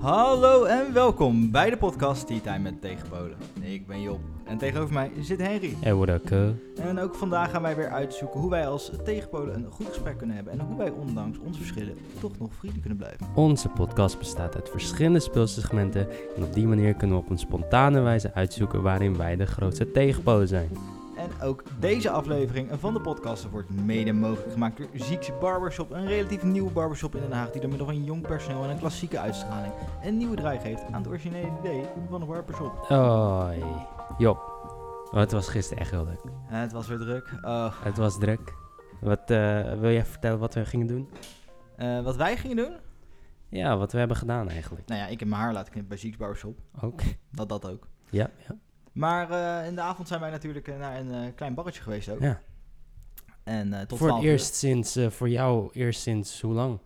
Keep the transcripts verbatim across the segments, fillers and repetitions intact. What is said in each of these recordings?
Hallo en welkom bij de podcast Tea Time met Tegenpolen. Ik ben Job en tegenover mij zit Henry. Hey, what up, uh? En ook vandaag gaan wij weer uitzoeken hoe wij als tegenpolen een goed gesprek kunnen hebben en hoe wij ondanks onze verschillen toch nog vrienden kunnen blijven. Onze podcast bestaat uit verschillende speelsegmenten en op die manier kunnen we op een spontane wijze uitzoeken waarin wij de grootste tegenpolen zijn. En ook deze aflevering van de podcast wordt mede mogelijk gemaakt door Ziekse Barbershop, een relatief nieuwe barbershop in Den Haag die door middel van jong personeel en een klassieke uitstraling een nieuwe draai geeft aan het originele idee van de barbershop. Hoi. Job, oh, het was gisteren echt heel leuk. En het was weer druk. Oh. Het was druk. Wat, uh, wil je even vertellen wat we gingen doen? Uh, wat wij gingen doen? Ja, wat we hebben gedaan eigenlijk. Nou ja, ik heb mijn haar laten knippen bij Ziekse Barbershop. Ook. Dat dat ook. Ja, ja. Maar uh, in de avond zijn wij natuurlijk uh, naar een uh, klein barretje geweest ook. Ja. En, uh, tot voor het eerst uur. sinds, uh, voor jou eerst sinds hoe lang?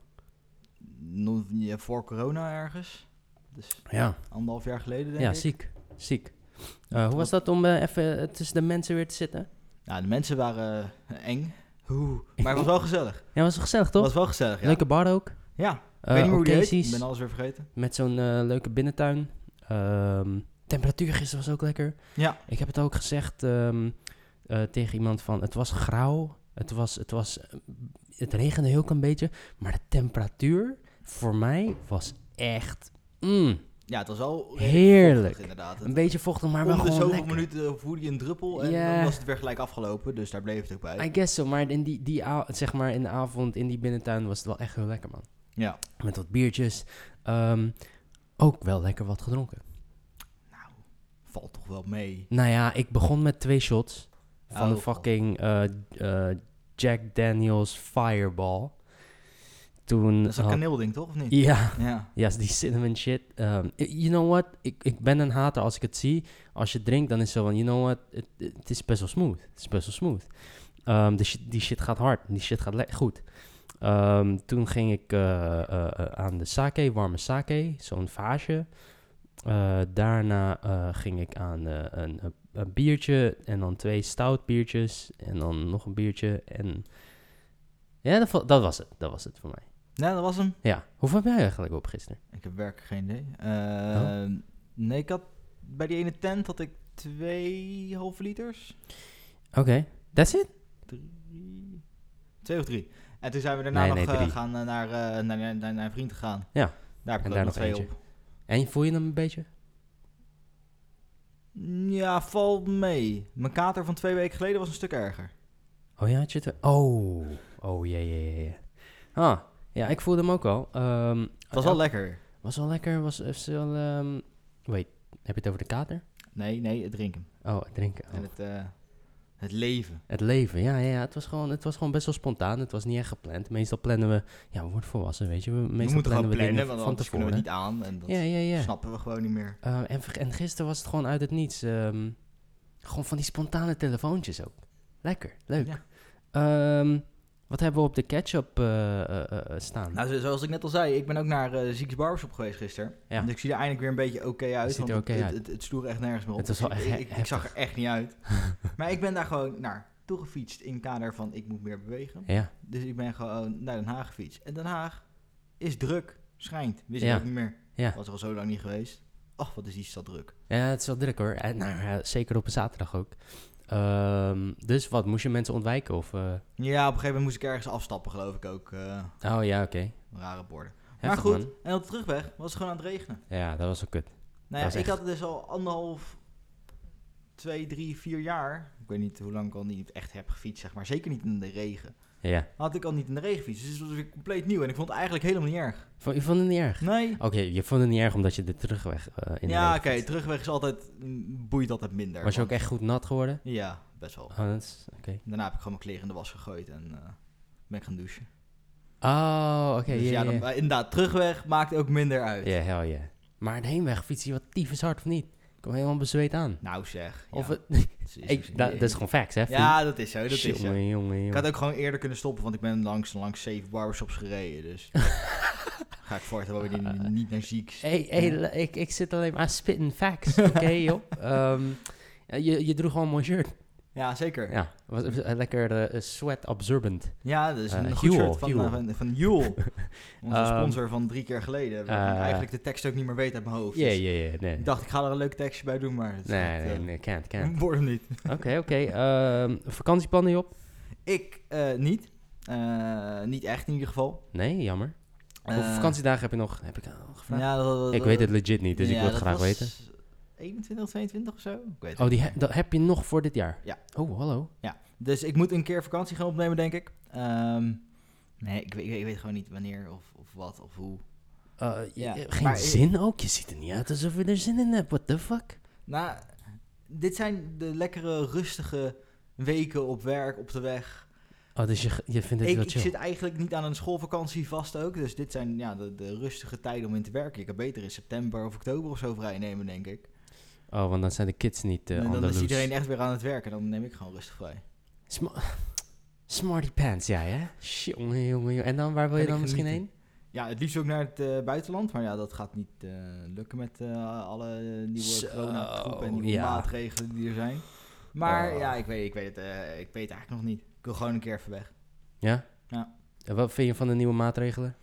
No, ja, voor corona ergens. Dus ja. anderhalf jaar geleden denk ja, ik. Ja, ziek. Ziek. Uh, hoe was dat om uh, even tussen de mensen weer te zitten? Nou, de mensen waren uh, eng. Oeh. Maar het was wel gezellig. Ja, was wel gezellig toch? Het was wel gezellig, ja. Leuke bar ook. Ja. Uh, ik weet niet meer hoe die heet. ocasies. Ik ben alles weer vergeten. Met zo'n uh, leuke binnentuin. Um, temperatuur gisteren was ook lekker. Ja. Ik heb het ook gezegd um, uh, tegen iemand van, het was grauw. Het was, het was, uh, het regende heel klein beetje. Maar de temperatuur voor mij was echt, mm, ja, het was wel heerlijk. Vochtig, inderdaad. Een beetje vochtig, maar wel gewoon gewoon zoveel lekker. minuten voerde je een druppel en yeah. dan was het weer gelijk afgelopen. Dus daar bleef het ook bij. I guess so, maar in die, die a- zeg maar in de avond in die binnentuin was het wel echt heel lekker, man. Ja. Met wat biertjes. Um, ook wel lekker wat gedronken. Nou, valt toch wel mee. Nou ja, ik begon met twee shots van oh, de fucking uh, uh, Jack Daniels Fireball. Toen dat is een had... kaneelding, toch? Of niet? Ja, ja. ja, die cinnamon shit. Um, you know what? Ik, ik ben een hater als ik het zie. Als je het drinkt, dan is het zo van, you know what? Het, het is best wel smooth. Het is best wel smooth. Um, de shit, die shit gaat hard. Die shit gaat le- goed. Um, toen ging ik uh, uh, uh, aan de sake, warme sake. Zo'n vaasje. Uh, daarna uh, ging ik aan uh, een, een, een biertje en dan twee stout biertjes en dan nog een biertje en ja, dat, dat was het. Dat was het voor mij. Ja, dat was hem. Ja. Hoeveel heb jij eigenlijk op gisteren? Ik heb werkelijk geen idee. Uh, oh. Nee, ik had bij die ene tent had ik twee halve liters. Oké, okay. That's it? Drie, twee of drie. En toen zijn we daarna nee, nog nee, uh, gaan uh, naar, uh, naar, naar, naar, naar een vriend gegaan. Ja. Daar heb ik en ook daar nog twee eentje. op. En voel je hem een beetje? Ja, valt mee. Mijn kater van twee weken geleden was een stuk erger. Oh ja, had je het? Oh, oh ja, ja, ja. Ah, ja, ik voelde hem ook wel. Um, het was wel uh, lekker. Was wel lekker, was, was wel... Um, wait, heb je het over de kater? Nee, nee, het drinken. Oh, het drinken. Oh. En het, uh, het leven. Het leven, ja, ja, ja. Het was, gewoon, het was gewoon best wel spontaan. Het was niet echt gepland. Meestal plannen we... Ja, we worden volwassen, weet je. We, meestal we moeten plannen gewoon we plannen, want van anders tevoren. kunnen we niet aan. En dat ja, ja, ja. snappen we gewoon niet meer. Uh, en, en gisteren was het gewoon uit het niets. Um, gewoon van die spontane telefoontjes ook. Lekker, leuk. Ja. Um, wat hebben we op de ketchup uh, uh, uh, staan? Nou, zoals ik net al zei, ik ben ook naar uh, Ziekes Barbershop geweest gisteren. Ja. Dus ik zie er eindelijk weer een beetje oké okay uit. Het ziet er want oké het, uit. het, het, het sloeg echt nergens meer op. Het was wel echt ik, ik, ik zag er echt niet uit. Maar ik ben daar gewoon naar toegefietst in kader van ik moet meer bewegen. Ja. Dus ik ben gewoon naar Den Haag gefietst. En Den Haag is druk, schijnt. Wist ik ja. ook niet meer. Ja. Was er al zo lang niet geweest. Ach, wat is die stad druk. Ja, het is wel druk hoor. En, nou, ja, zeker op een zaterdag ook. Um, dus wat, moest je mensen ontwijken? Of, uh... Ja, op een gegeven moment moest ik ergens afstappen, geloof ik ook. Uh, oh ja, oké. Okay. Rare borden. Heftig, maar goed, man. en op de terugweg was het gewoon aan het regenen. Ja, dat was wel kut. Nou ja, ik echt... had het dus al anderhalf, twee, drie, vier jaar. Ik weet niet hoe lang ik al niet echt heb gefietst, zeg maar. Zeker niet in de regen. Ja. Had ik al niet in de regen gefietst. Dus het was weer compleet nieuw. En ik vond het eigenlijk helemaal niet erg. Je vond het niet erg? Nee. Oké, okay, je vond het niet erg omdat je de terugweg uh, in de Ja, oké. Okay. Terugweg is altijd, boeit altijd minder. Was je want... ook echt goed nat geworden? Ja, best wel. Oh, dat is, okay. Daarna heb ik gewoon mijn kleren in de was gegooid en uh, ben ik gaan douchen. Oh, oké. Okay, dus yeah, ja, yeah. dan, inderdaad, terugweg maakt ook minder uit. Ja, yeah, hell yeah. Maar de heenweg fiets je wat tyfus hard of niet? Ik kom helemaal bezweet aan. Nou zeg. Of ja. het... is, is, ik, dat, dat is gewoon facts, hè? Ja, dat is zo. Dat jongen, is zo. Jongen, jongen. Ik had ook gewoon eerder kunnen stoppen, want ik ben langs, langs zeven barbershops gereden. Dus ga ik voort wel weer niet, niet naar Zieks. Hey, hey, ja. ik, ik zit alleen maar aan spitten facts, oké, okay, joh. Um, je, je droeg gewoon een mooi shirt. Ja, zeker. Ja, was, was, uh, lekker uh, sweat absorbent. Ja, dat is een Uh, goed Huel, shirt van, Huel. uh, van, van Huel. Onze Um, sponsor van drie keer geleden. Waarvan ik uh, eigenlijk de tekst ook niet meer weet uit mijn hoofd. Ja, Dus ja, ja. Nee, ik dacht, ik ga er een leuk tekstje bij doen, maar... Het nee, gaat, nee, uh, nee, can't, can't. wordt hem niet. Oké, oké. Ehm, vakantieplannen, Job? Ik uh, niet. Uh, niet echt in ieder geval. Nee, jammer. Uh, Hoeveel vakantiedagen heb je nog? Heb ik al gevraagd? Ja, dat, dat, ik weet het legit niet, dus ja, ik wil het dat graag was weten. eenentwintig, tweeëntwintig of zo? Ik weet het Oh, die niet. he- dat heb je nog voor dit jaar? Ja. Oh, hallo. Ja, dus ik moet een keer vakantie gaan opnemen, denk ik. Um, nee, ik weet, ik weet gewoon niet wanneer of, of wat of hoe. Uh, Ja, ja, geen maar- zin ook? Je ziet er niet uit alsof je er zin in hebt. What the fuck? Nou, dit zijn de lekkere, rustige weken op werk, op de weg. Oh, dus je, je vindt het Ik, wel ik chill? zit eigenlijk niet aan een schoolvakantie vast ook. Dus dit zijn ja, de, de rustige tijden om in te werken. Ik kan beter in september of oktober of zo vrij nemen, denk ik. Oh, want dan zijn de kids niet uh, en on dan the is loose. iedereen echt weer aan het werken. Dan neem ik gewoon rustig vrij. Sma- Smarty pants, jij hè? Jongen, jongen, jongen. En dan, waar wil je Kan dan ik misschien genieten. heen? Ja, het liefst ook naar het uh, buitenland. Maar ja, dat gaat niet uh, lukken met uh, alle nieuwe Zo, coronagroepen en nieuwe ja. maatregelen die er zijn. Maar Oh. ja, ik weet, ik, weet het, uh, ik weet het eigenlijk nog niet. Ik wil gewoon een keer even weg. Ja? Ja. En wat vind je van de nieuwe maatregelen?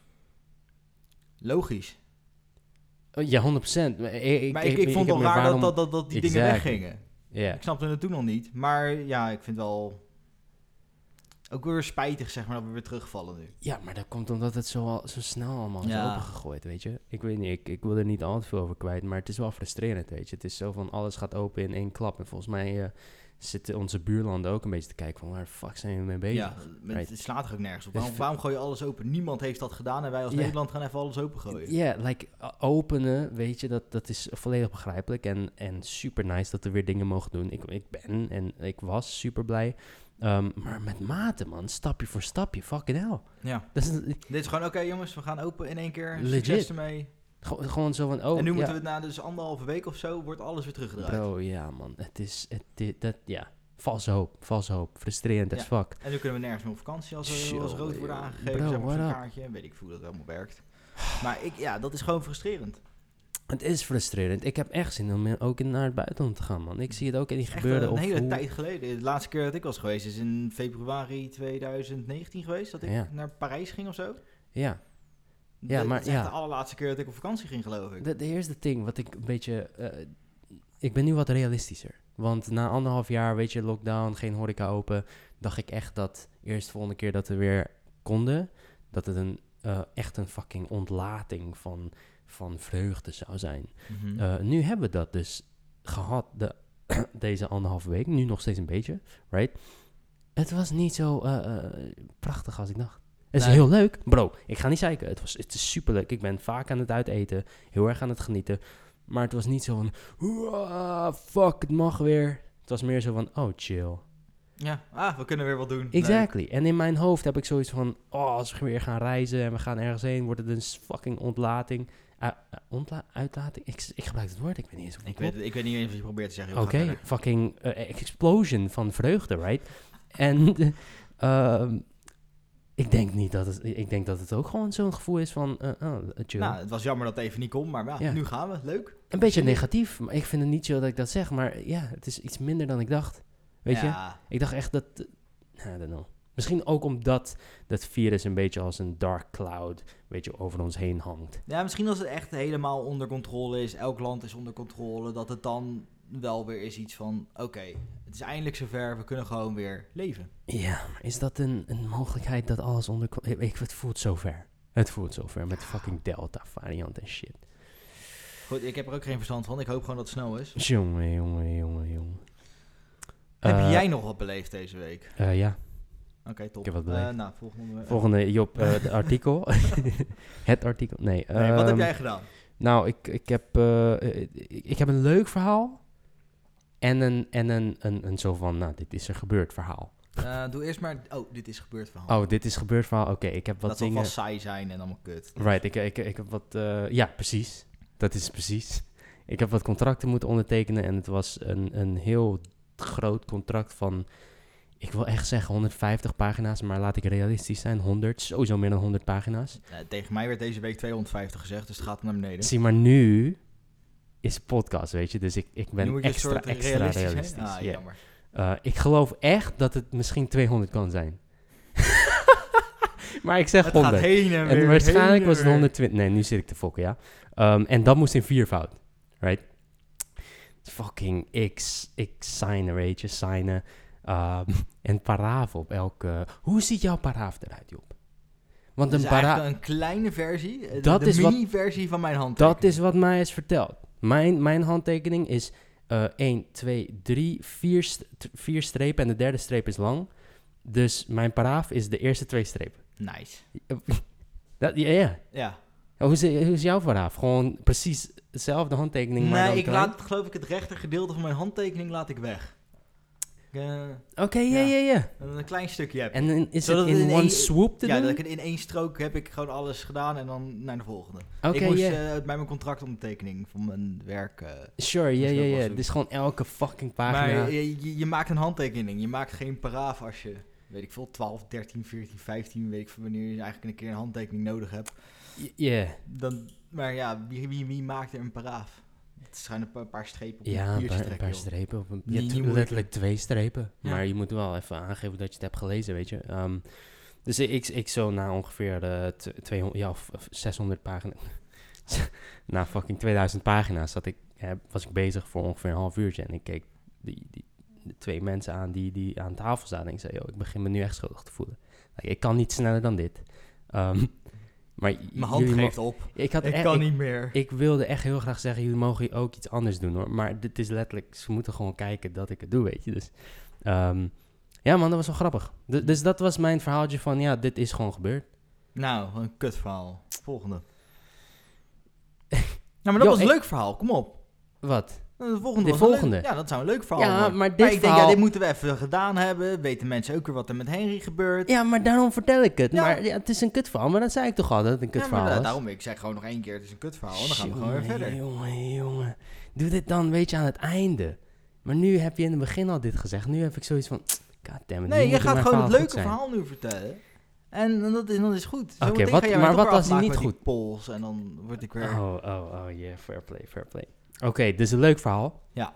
Logisch. Oh, ja, honderd procent. Maar ik, ik, maar ik, ik, ik vond heb het meer wel raar waarom- dat, dat, dat die dingen Exactly. weggingen. Ja. Ik snapte het toen nog niet. Maar ja, ik vind wel... Ook weer spijtig, zeg maar, dat we weer terugvallen nu. Ja, maar dat komt omdat het zo, al, zo snel allemaal is Ja. opengegooid, weet je. Ik weet niet, ik, ik wil er niet al te veel over kwijt, maar het is wel frustrerend, weet je. Het is zo van, alles gaat open in één klap. En volgens mij uh, zitten onze buurlanden ook een beetje te kijken van, waar de fuck zijn we mee bezig? Ja, met, Right. het slaat er ook nergens op. Dus Waarom, v- waarom gooi je alles open? Niemand heeft dat gedaan en wij als Ja. Nederland gaan even alles opengooien. Ja, like, uh, openen, weet je, dat, dat is volledig begrijpelijk. En, en super nice dat we weer dingen mogen doen. Ik, ik ben en ik was super blij. Um, maar met mate, man, stapje voor stapje, fucking hell. Ja. Dat is Dit is gewoon, oké jongens, we gaan open in één keer. Legit. Succes ermee. gewoon, gewoon zo van, oh, en nu ja. moeten we na dus anderhalve week of zo, wordt alles weer teruggedraaid. Bro, ja man, het is, het, dit, dat, ja, valse hoop, valse hoop, frustrerend as Ja. fuck. En nu kunnen we nergens meer op vakantie als, er, Yo, als rood worden yo. aangegeven, Bro, zeg maar, zo'n what up? kaartje. Weet ik hoe dat allemaal werkt. Maar ik, ja, dat is gewoon frustrerend. Het is frustrerend. Ik heb echt zin om ook in- naar het buitenland te gaan, man. Ik zie het ook in die Echt een, gebeuren. een of hele hoe- tijd geleden. De laatste keer dat ik was geweest is in februari tweeduizend negentien geweest. Dat ik Ja. naar Parijs ging of zo. Ja, Ja, De- maar dat is echt ja. de allerlaatste keer dat ik op vakantie ging, geloof ik. de, de eerste ding wat ik een beetje... eh, ik ben nu wat realistischer. Want na anderhalf jaar, weet je, lockdown, geen horeca open... dacht ik echt dat eerst de volgende keer dat we weer konden... dat het een, eh, echt een fucking ontlating van, van vreugde zou zijn. Mhm. Uh, nu hebben we dat dus gehad de, deze anderhalve week. Nu nog steeds een beetje, right? Het was niet zo uh, uh, prachtig als ik dacht. Het is Nee. heel leuk. Bro, ik ga niet zeiken. Het, was, het is super leuk. Ik ben vaak aan het uiteten. Heel erg aan het genieten. Maar het was niet zo van... "Uah, fuck, het mag weer. Het was meer zo van... Oh, chill. Ja, ah, we kunnen weer wat doen. Exactly. En in mijn hoofd heb ik zoiets van... Oh, als we weer gaan reizen en we gaan ergens heen... wordt het een fucking ontlating. Uh, uh, ontla- uitlating? Ik, ik gebruik het woord. Ik weet niet eens of Nee, het ik, weet, ik weet niet eens wat je probeert te zeggen. joh. Oké, Ga verder. fucking uh, explosion van vreugde, right? En uh, ik denk niet dat het, ik denk dat het ook gewoon zo'n gevoel is van, uh, oh, chill. Nou, het was jammer dat het even niet kon, maar ja, Ja. nu gaan we. Leuk. een beetje zin in. negatief, maar ik vind het niet chill dat ik dat zeg, maar ja, het is iets minder dan ik dacht. Weet je? Ja. Ik dacht echt dat, uh, I don't know. Misschien ook omdat dat virus een beetje als een dark cloud, weet je, over ons heen hangt. Ja, misschien als het echt helemaal onder controle is, elk land is onder controle, dat het dan wel weer is iets van, oké, het is eindelijk zover, we kunnen gewoon weer leven. Ja, maar is dat een, een mogelijkheid dat alles onder... Ik, ik, het voelt zo ver. Het voelt zo ver met fucking Delta variant en shit. Goed, ik heb er ook geen verstand van, ik hoop gewoon dat het snel is. Jongen, jongen, jongen, jongen. Heb Eh, jij nog wat beleefd deze week? eh, ja, Oké, top. ik heb wat Eh, beleefd. nou, volgende onderwerp. volgende Job, eh, het artikel. Het artikel, nee. Nee, wat heb ehm, jij gedaan? Nou, ik, ik, heb, eh, ik, ik heb een leuk verhaal. En een, en een, een, een zo van, nou, dit is er gebeurd verhaal. Uh, doe eerst maar, oh, dit is gebeurd verhaal. Oh, dit is gebeurd verhaal. Oké, ik heb wat dat zal dingen... vast saai zijn en allemaal kut. Right, ik, ik, ik heb wat... eh, ja, precies. Dat is precies. Ik heb wat contracten moeten ondertekenen en het was een, een heel groot contract van... Ik wil echt zeggen honderdvijftig pagina's, maar laat ik realistisch zijn. honderd, sowieso meer dan honderd pagina's. Uh, tegen mij werd deze week tweehonderdvijftig gezegd, dus het gaat naar beneden. Zie, maar nu is podcast, weet je. Dus ik, ik Nu ben moet je een extra, soort extra realistisch realistisch. zijn. Ah, ja. jammer. Uh, ik geloof echt dat het misschien tweehonderd kan zijn. Maar ik zeg het honderd. Gaat heen en, en weer, waarschijnlijk heen was het weer. honderdtwintig. Nee, nu zit ik te fokken, ja. Um, en dat moest in viervoud. Right? Fucking ik, ik signen, weet je, signen. Um, en paraaf op elke... Hoe ziet jouw paraaf eruit, Job? Want Dat een is paraaf... eigenlijk een kleine versie. De, Dat de is wat- mini-versie van mijn handtekening. Dat is wat mij is verteld. Mijn, mijn handtekening is uh, één, twee, drie, vier, st- t- vier strepen en de derde streep is lang. Dus mijn paraaf is de eerste twee strepen. Nice. Dat, ja, ja. Ja. Hoe is, hoe is jouw paraaf? Gewoon precies dezelfde handtekening, maar Nee, dan ik klein? laat geloof ik het rechter gedeelte van mijn handtekening laat ik weg. Uh, Oké, ja, ja, ja. Dat ik een klein stukje heb. En dan is Zodat het het in in one één- swoop te Ja, doen? dat ik het in één strook heb ik gewoon alles gedaan en dan naar de volgende. Oké, ik moest ja. uh, bij mijn contract om de tekening van mijn werk. Uh, Sure, ja, moest ja, ik ook wel ja. doen. Dus gewoon elke fucking pagina. maar je, je, je maakt een handtekening. Je maakt geen paraaf als je, weet ik veel, twaalf, dertien, veertien, vijftien, weet ik veel wanneer je eigenlijk een keer een handtekening nodig hebt. Ja. Dan, maar ja, wie, wie, wie maakt er een paraaf? Het zijn een paar, een paar strepen op Ja, een een papiertje paar, een trekken, paar joh. strepen. Op een, Niet- ja, niet t- moeilijk. letterlijk twee strepen. Ja. Maar je moet wel even aangeven dat je het hebt gelezen, weet je. Um, dus ik, ik zo na ongeveer uh, t- tweehonderd, ja, of, of zeshonderd pagina's. na fucking tweeduizend pagina's zat ik, eh, was ik bezig voor ongeveer een half uurtje. En ik keek die, die, de twee mensen aan die, die aan tafel zaten. En ik zei, joh, ik begin me nu echt schuldig te voelen. Like, ik kan niet sneller dan dit. Um, maar j- Mijn hand jullie geeft mo- op. Ik, had Ik echt- kan ik- niet meer. ik wilde echt heel graag zeggen, jullie mogen ook iets anders doen hoor. Maar dit is letterlijk, ze moeten gewoon kijken dat ik het doe, weet je. Dus um, ja man, dat was wel grappig. D- dus dat was mijn verhaaltje van, ja, dit is gewoon gebeurd. Nou, een kut verhaal. Volgende. Nou, maar dat Yo, was een ik- leuk verhaal. Kom op. Wat? De volgende De was een leuk- volgende? ja, dat zou een leuk verhaal Ja, worden. maar dit ik denk, verhaal- ja, dit moeten we even gedaan hebben. Weten mensen ook weer wat er met Henry gebeurt. Ja, maar daarom vertel ik het. Ja. Maar ja, het is een kutverhaal, maar dat zei ik toch al dat het een Ja, maar kutverhaal da- was. daarom, ik zeg gewoon nog één keer, het is een kutverhaal. En dan gaan we gewoon weer Jongen, verder. Jongen, jongen. Doe dit dan, weet je, aan het einde. Maar nu heb je in het begin al dit gezegd. Nu heb ik zoiets van, goddammit. Nee, nu je moet gaat mijn gewoon het verhaal leuke goed zijn. verhaal nu vertellen. En, en dat, is, dat is goed. Oké, Zometeen wat- ga jij maar toch wat weer was hij afmaken niet met die goed? polls en dan word ik weer... Oh, oh, oh, yeah, fair play, fair play. Oké, okay, dus een leuk verhaal. Ja.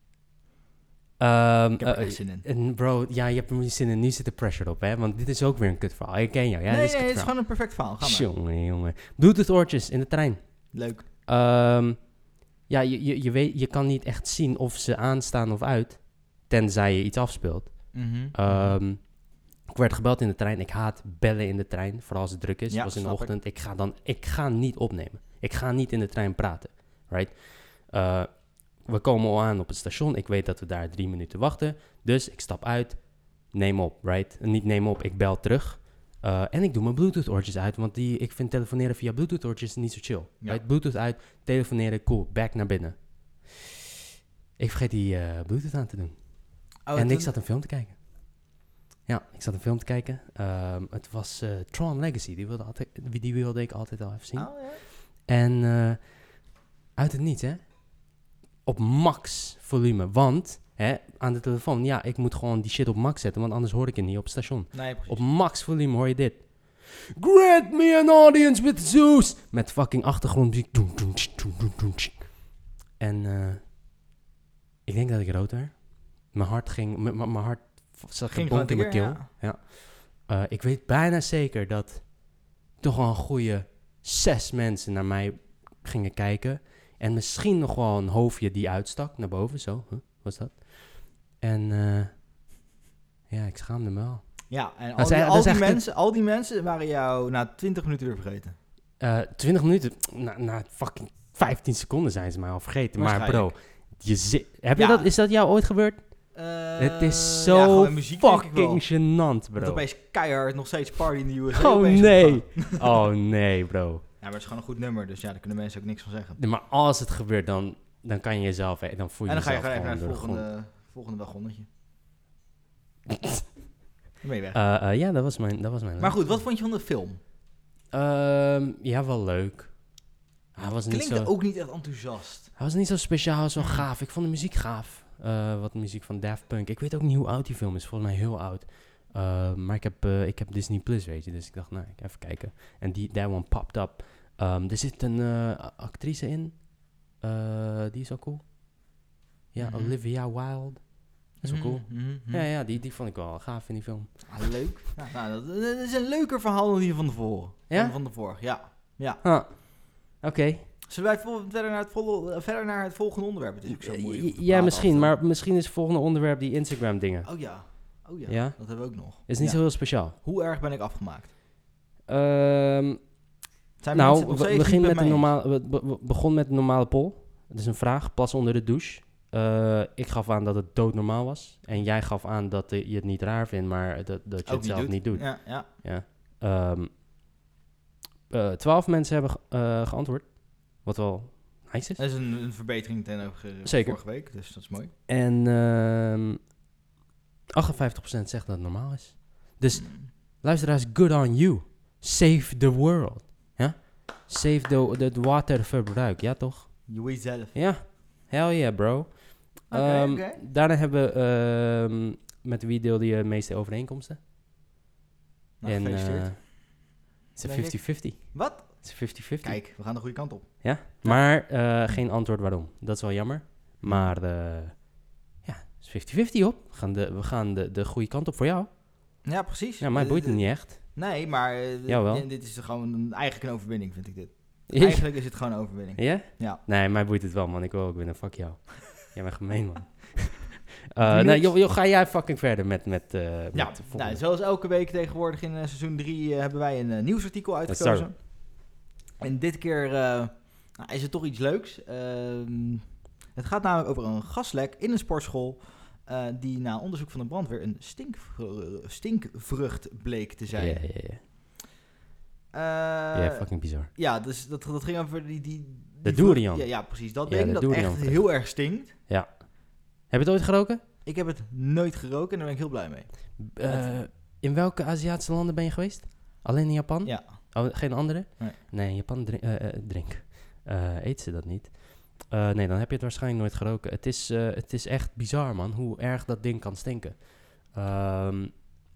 Um, Ik heb er uh, echt zin in. En bro, ja, je hebt er niet zin in. Nu zit de pressure op, hè? Want dit is ook weer een kutverhaal. Ik ken jou, ja? nee, dit is nee, een het is kutverhaal. gewoon een perfect verhaal. Ga maar. Jongen, jongen. Bluetooth oortjes in de trein. Leuk. Um, ja, je, je, je, weet, je kan niet echt zien of ze aanstaan of uit. Tenzij je iets afspeelt. Mhm. Um, ik werd gebeld in de trein. Ik haat bellen in de trein, vooral als het druk is. Ja, Het was in de snap ik. ochtend. Ik. ga dan, ik ga niet opnemen. Ik ga niet in de trein praten. Right? Uh, we komen al aan op het station. Ik weet dat we daar drie minuten wachten. Dus ik stap uit. Neem op, right? En niet neem op, ik bel terug. Uh, en ik doe mijn Bluetooth oortjes uit. Want die, ik vind telefoneren via Bluetooth oortjes niet zo chill. Ja. Right? Bluetooth uit, telefoneren, cool. Back naar binnen. Ik vergeet die uh, Bluetooth aan te doen. Oh, en toen- ik zat een film te kijken. Ja, ik zat een film te kijken. Um, het was uh, Tron Legacy. Die wilde, altijd, die wilde ik altijd al even zien. Oh, ja. En uh, uit het niets, hè. Op max volume. Want, hè, aan de telefoon, ja, ik moet gewoon die shit op max zetten. Want anders hoor ik het niet op het station. Nee, precies. Op max volume hoor je dit. Grant me an audience with Zeus. Met fucking achtergrondmuziek. Doem, doem, tsch, doem, doem, doem, tsch. En uh, ik denk dat ik rood werd. Mijn hart ging... m- m- Mijn hart zat Ging gebond in gewoon mijn keel. tekeer, ja. Uh, ik weet bijna zeker dat toch wel een goede zes mensen naar mij gingen kijken. En misschien nog wel een hoofdje die uitstak naar boven. Zo, huh? Wat is dat? En uh, ja, ik schaamde me wel. Ja, en Dat al is die, echt- al, dat is die echt mensen, al die mensen waren jou na twintig minuten weer vergeten. Uh, twintig minuten, na, na fucking vijftien seconden zijn ze mij al vergeten. Maar bro, je zi- heb je Ja. dat, is dat jou ooit gebeurd? Uh, Het is ja, zo gewoon muziek, denk ik wel. fucking gênant, Dat bro. opeens keihard nog steeds party in de U S A. Oh opeens nee. opgaan. Oh nee, bro. Ja, maar het is gewoon een goed nummer, dus ja, daar kunnen mensen ook niks van zeggen. Nee, maar als het gebeurt, dan, dan kan je jezelf, hè, dan voel je En dan ga je jezelf gewoon even naar gewoon het door de grond. volgende, volgende wagonnetje. Dan ben je weg. Uh, uh, ja, dat was mijn, dat was mijn maar goed, wat vond je van de film? Um, ja, wel leuk. Hij was, niet Klinkt zo, ook niet echt enthousiast. hij was niet zo speciaal, hij was wel Mm. gaaf. Ik vond de muziek gaaf. Uh, wat muziek van Daft Punk. Ik weet ook niet hoe oud die film is. Volgens mij heel oud. Uh, maar ik heb, uh, ik heb Disney Plus, weet je. Dus ik dacht, nou, ik ga even kijken. En die, that one popped up. Um, er zit een uh, actrice in. Uh, die is ook cool. Ja, Mhm. Olivia Wilde. is wel cool. Mm-hmm. Ja, ja, die, die vond ik wel gaaf in die film. Ah, leuk. Nou, nou, dat, dat is een leuker verhaal dan die van tevoren. Ja? Van, van de vorige, ja. ja. Ah, oké. Okay. Zullen wij vol- verder, naar het vol- verder naar het volgende onderwerp? Het is ook zo moeilijk. Ja, misschien. Maar misschien is het volgende onderwerp die Instagram dingen. Oh ja. Oh ja, ja? dat hebben we ook nog. Is niet ja. zo heel speciaal. Hoe erg ben ik afgemaakt? Um, Zijn nou, we, we, begin met een normaal, we, we begon met een normale poll. Het is een vraag, pas onder de douche. Uh, ik gaf aan dat het doodnormaal was. En jij gaf aan dat uh, je het niet raar vindt, maar dat, dat je ook het zelf doet. niet doet. Ja, ja. ja. Um, uh, twaalf mensen hebben uh, geantwoord. Wat wel nice is. Dat is een, een verbetering ten opzichte Zeker. vorige week, dus dat is mooi. En uh, achtenvijftig procent zegt dat het normaal is. Dus mm. luisteraars, good on you. Save the world. Ja? Save the, the, the waterverbruik, ja toch? Jezelf. Ja, hell yeah bro. Okay, um, okay. Daarna hebben we, um, met wie deelde je de meeste overeenkomsten? Nou, en gefeliciteerd. uh, het is een vijftig vijftig. Wat? Het is een vijftig vijftig. Kijk, we gaan de goede kant op. Ja, ja. Maar uh, geen antwoord waarom. Dat is wel jammer. Maar uh, ja, het is vijftig vijftig op. We gaan, de, we gaan de, de goede kant op voor jou. Ja, precies. Ja, mij boeit het niet echt. Nee, maar uh, Jawel. dit is gewoon een, eigenlijk een overwinning, vind ik dit. Eigenlijk is het gewoon een overwinning. Ja? Ja. Nee, mij boeit het wel, man. Ik wil ook winnen. Fuck jou. Jij bent gemeen, man. uh, nee, joh, joh, ga jij fucking verder met... met, uh, ja, met nou, zoals elke week tegenwoordig in uh, seizoen drie uh, hebben wij een uh, nieuwsartikel uitgekozen. En dit keer uh, nou, is het toch iets leuks. Uh, het gaat namelijk over een gaslek in een sportschool... Uh, die na onderzoek van de brandweer een stinkvr- stinkvrucht bleek te zijn. Ja, ja, ja. Uh, ja, fucking bizar. Ja, dus dat, dat ging over die... die, die de durian. Ja, ja, precies. Dat ja, ding dat echt vrucht. heel erg stinkt. Ja. Heb je het ooit geroken? Ik heb het nooit geroken en daar ben ik heel blij mee. Uh, in welke Aziatische landen ben je geweest? Alleen in Japan? Ja. Oh, geen andere? Nee. Nee, in Japan drink, uh, uh, drink. Uh, eet ze dat niet. Uh, nee, dan heb je het waarschijnlijk nooit geroken. Het is, uh, het is echt bizar, man, hoe erg dat ding kan stinken. Um,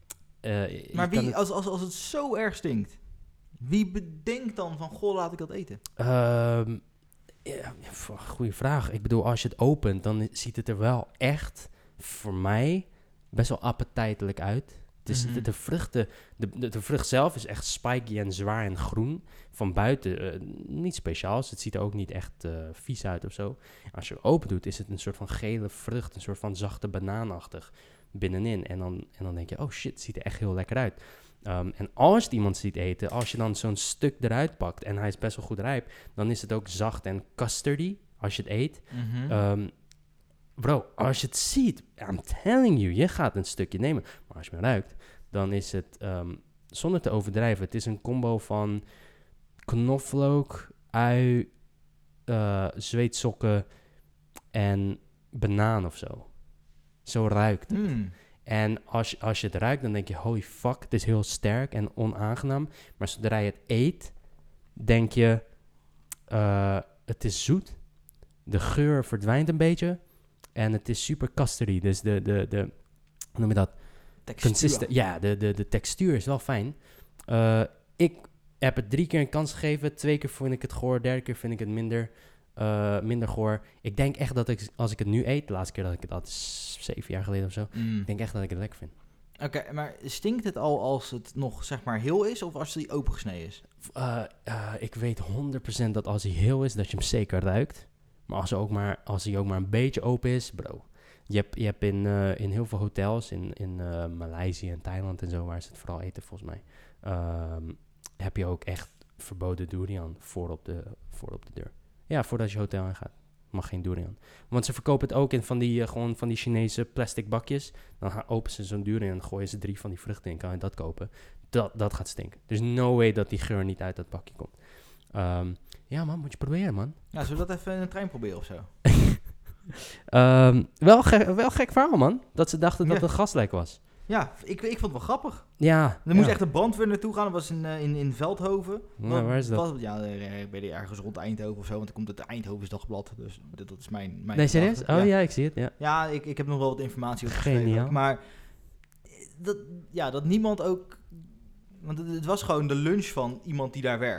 uh, maar wie, het... als, als, als het zo erg stinkt, wie bedenkt dan van, goh, laat ik dat eten? Um, ja, goeie vraag. Ik bedoel, als je het opent, dan ziet het er wel echt, voor mij, best wel appetijtelijk uit. Het is, mm-hmm. de, de, vruchten, de, de, de vrucht zelf is echt spiky en zwaar en groen. Van buiten uh, niet speciaals. Het ziet er ook niet echt uh, vies uit of zo. Als je het open doet, is het een soort van gele vrucht. Een soort van zachte banaanachtig binnenin. En dan, en dan denk je, oh shit, het ziet er echt heel lekker uit. Um, en als je iemand ziet eten, als je dan zo'n stuk eruit pakt en hij is best wel goed rijp, dan is het ook zacht en custardy als je het eet. Mm-hmm. Um, bro, als je het ziet, I'm telling you, je gaat een stukje nemen. Maar als je me ruikt, dan is het, um, zonder te overdrijven, het is een combo van knoflook, ui, uh, zweetsokken en banaan of zo. Zo ruikt het. Mm. En als je, als je het ruikt, dan denk je, holy fuck, het is heel sterk en onaangenaam. Maar zodra je het eet, denk je, uh, het is zoet. De geur verdwijnt een beetje. En het is super custardy. Dus de, de, de hoe noem je dat? Consisten- ja, de, de, de textuur is wel fijn. Uh, ik heb het drie keer een kans gegeven. Twee keer vind ik het goor. Derde keer vind ik het minder, uh, minder goor. Ik denk echt dat ik, als ik het nu eet, de laatste keer dat ik het had, zeven jaar geleden of zo. Mm. Ik denk echt dat ik het lekker vind. Oké, okay, maar stinkt het al als het nog, zeg maar, heel is of als hij opengesneden is? Uh, uh, ik weet honderd procent dat als hij heel is, dat je hem zeker ruikt. Maar als hij ook maar, als hij ook maar een beetje open is, bro. Je hebt, je hebt in, uh, in heel veel hotels, in, in uh, Maleisië en Thailand en zo, waar ze het vooral eten volgens mij, um, heb je ook echt verboden durian voor op de, voor op de deur. Ja, voordat je hotel ingaat. Mag geen durian. Want ze verkopen het ook in van die, uh, gewoon van die Chinese plastic bakjes. Dan gaan, openen ze zo'n durian en gooien ze drie van die vruchten in. Kan je dat kopen? Dat, dat gaat stinken. Er is no way dat die geur niet uit dat bakje komt. Um, ja man, moet je proberen man. Ja, zullen we dat even in een trein proberen of zo? um, wel, ge- wel gek verhaal man. Dat ze dachten ja. dat het gaslek was. Ja, ik, ik vond het wel grappig. Ja. Er moest ja. echt een brandweer naartoe gaan. Dat was in, uh, in, in Veldhoven. Nou, waar is dat? Was, ja, ik weet niet, ergens rond Eindhoven of zo. Want er komt het Eindhovens Dagblad. Dus dat, dat is mijn... mijn nee, serieus? Oh ja. ja, ik zie het. Ja, ja ik, ik heb nog wel wat informatie over geschreven. Maar dat, ja, dat niemand ook... Want het, het was gewoon de lunch van iemand die daar werkt.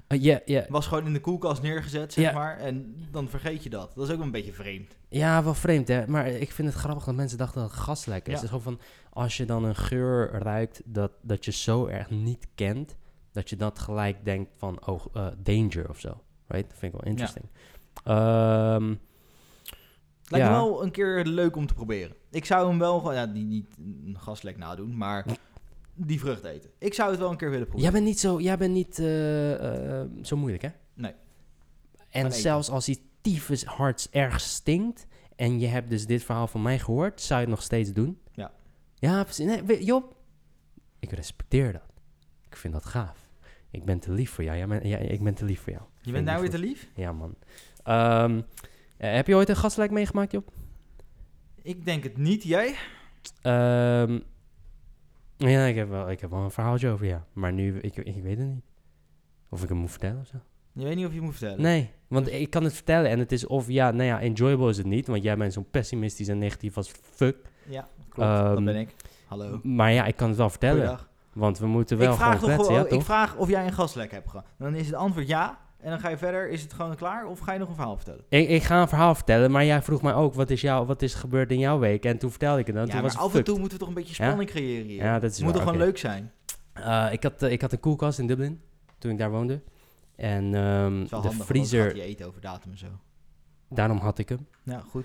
Uh, yeah, yeah. Was gewoon in de koelkast neergezet, zeg Ja. maar. En dan vergeet je dat. Dat is ook wel een beetje vreemd. Ja, wel vreemd, hè. Maar ik vind het grappig dat mensen dachten dat het gaslek is. Ja. Het is gewoon van, als je dan een geur ruikt dat, dat je zo erg niet kent, dat je dat gelijk denkt van, oh, uh, danger of zo. Right? Dat vind ik wel interesting. Ja. Um, Lijkt ja. me wel een keer leuk om te proberen. Ik zou hem wel gewoon, ja, niet, niet een gaslek nadoen, maar die vrucht eten. Ik zou het wel een keer willen proberen. Jij bent niet zo, jij bent niet uh, uh, zo moeilijk, hè? Nee. En zelfs als die tyfus hard erg stinkt en je hebt dus dit verhaal van mij gehoord, zou je het nog steeds doen? Ja. Ja, precies. Nee, weet- Job, ik respecteer dat. Ik vind dat gaaf. Ik ben te lief voor jou. Ja, maar, ja, ik ben te lief voor jou. Ik Je vind bent nou weer voor- te lief? Ja, man. Um, uh, heb je ooit een gaslek meegemaakt, Job? Ik denk het niet. Jij? Um, ja, ik heb, wel, ik heb wel een verhaaltje over, ja. Maar nu, ik, ik weet het niet. Of ik hem moet vertellen of zo. Je weet niet of je moet vertellen. Nee, want ik kan het vertellen en het is of, ja, nou ja, enjoyable is het niet. Want jij bent zo'n pessimistisch en negatief als fuck. Ja, klopt. Um, dat ben ik. Hallo. Maar ja, ik kan het wel vertellen. Goeiedag. Want we moeten wel Ik vraag, gewoon toch kletsen, gewoon, ja, toch? ik vraag of jij een gaslek hebt gehad. Dan is het antwoord ja. En dan ga je verder. Is het gewoon klaar? Of ga je nog een verhaal vertellen? Ik, ik ga een verhaal vertellen, maar jij vroeg mij ook, wat is, jou, wat is er gebeurd in jouw week? En toen vertelde ik het. En Ja, toen maar was af het en fucked. toe moeten we toch een beetje spanning creëren hier. Ja, dat is Het moet waar, toch gewoon oké. leuk zijn? Uh, ik, had, uh, ik had een koelkast in Dublin, toen ik daar woonde. En um, Het is wel de handig, vriezer, want dan gaat je eten over datum en zo. daarom had ik hem. Ja, goed.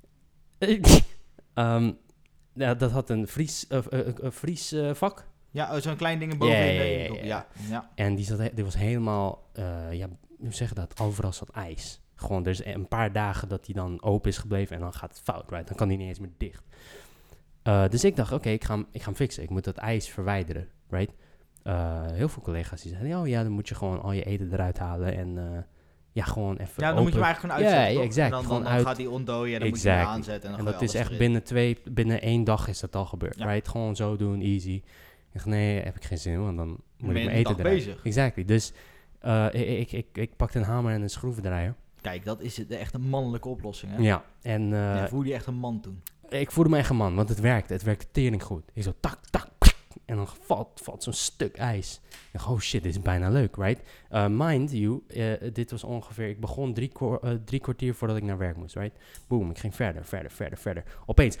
um, ja, dat had een vries, uh, uh, uh, vriesvak. Ja, oh, zo'n klein ding bovenin. Ja, de ja, ja, winkel. ja. Ja, ja. En die, zat, he- die was helemaal, uh, ja, hoe zeg je dat? Overal zat ijs. Gewoon, er is een paar dagen dat die dan open is gebleven en dan gaat het fout, right? Dan kan die niet eens meer dicht. Uh, dus ik dacht, oké, okay, ik, ga hem- ik ga hem fixen. Ik moet dat ijs verwijderen, right? Uh, heel veel collega's die zeiden, oh ja, dan moet je gewoon al je eten eruit halen en uh, ja, gewoon even Ja, dan open. moet je hem eigenlijk gewoon Ja, uitzetten. ja, toch? exact. En dan, dan, Gewoon dan uit- gaat hij ontdooien en dan Exactly. moet je hem aanzetten. En, dan En gooi dat je is alles echt erin. binnen twee, binnen één dag is dat al gebeurd, Ja. right? Gewoon zo doen, easy. Ik dacht, nee, heb ik geen zin in, want dan moet ben ik je mijn een eten dag eruit. bezig. Exactly. Dus uh, ik, ik, ik, ik pakte een hamer en een schroevendraaier. Kijk, dat is de echte mannelijke oplossing, hè? Ja, en uh, Ja, voel je echt een man toen. ik voelde me echt een man, want het werkte. Het werkte tering goed. Ik zo tak, tak, en dan valt, valt zo'n stuk ijs. Ik dacht, oh shit, dit is bijna leuk, right? Uh, mind you, uh, dit was ongeveer... Ik begon drie, kwa- uh, drie kwartier voordat ik naar werk moest, right? Boom, ik ging verder, verder, verder, verder. Opeens...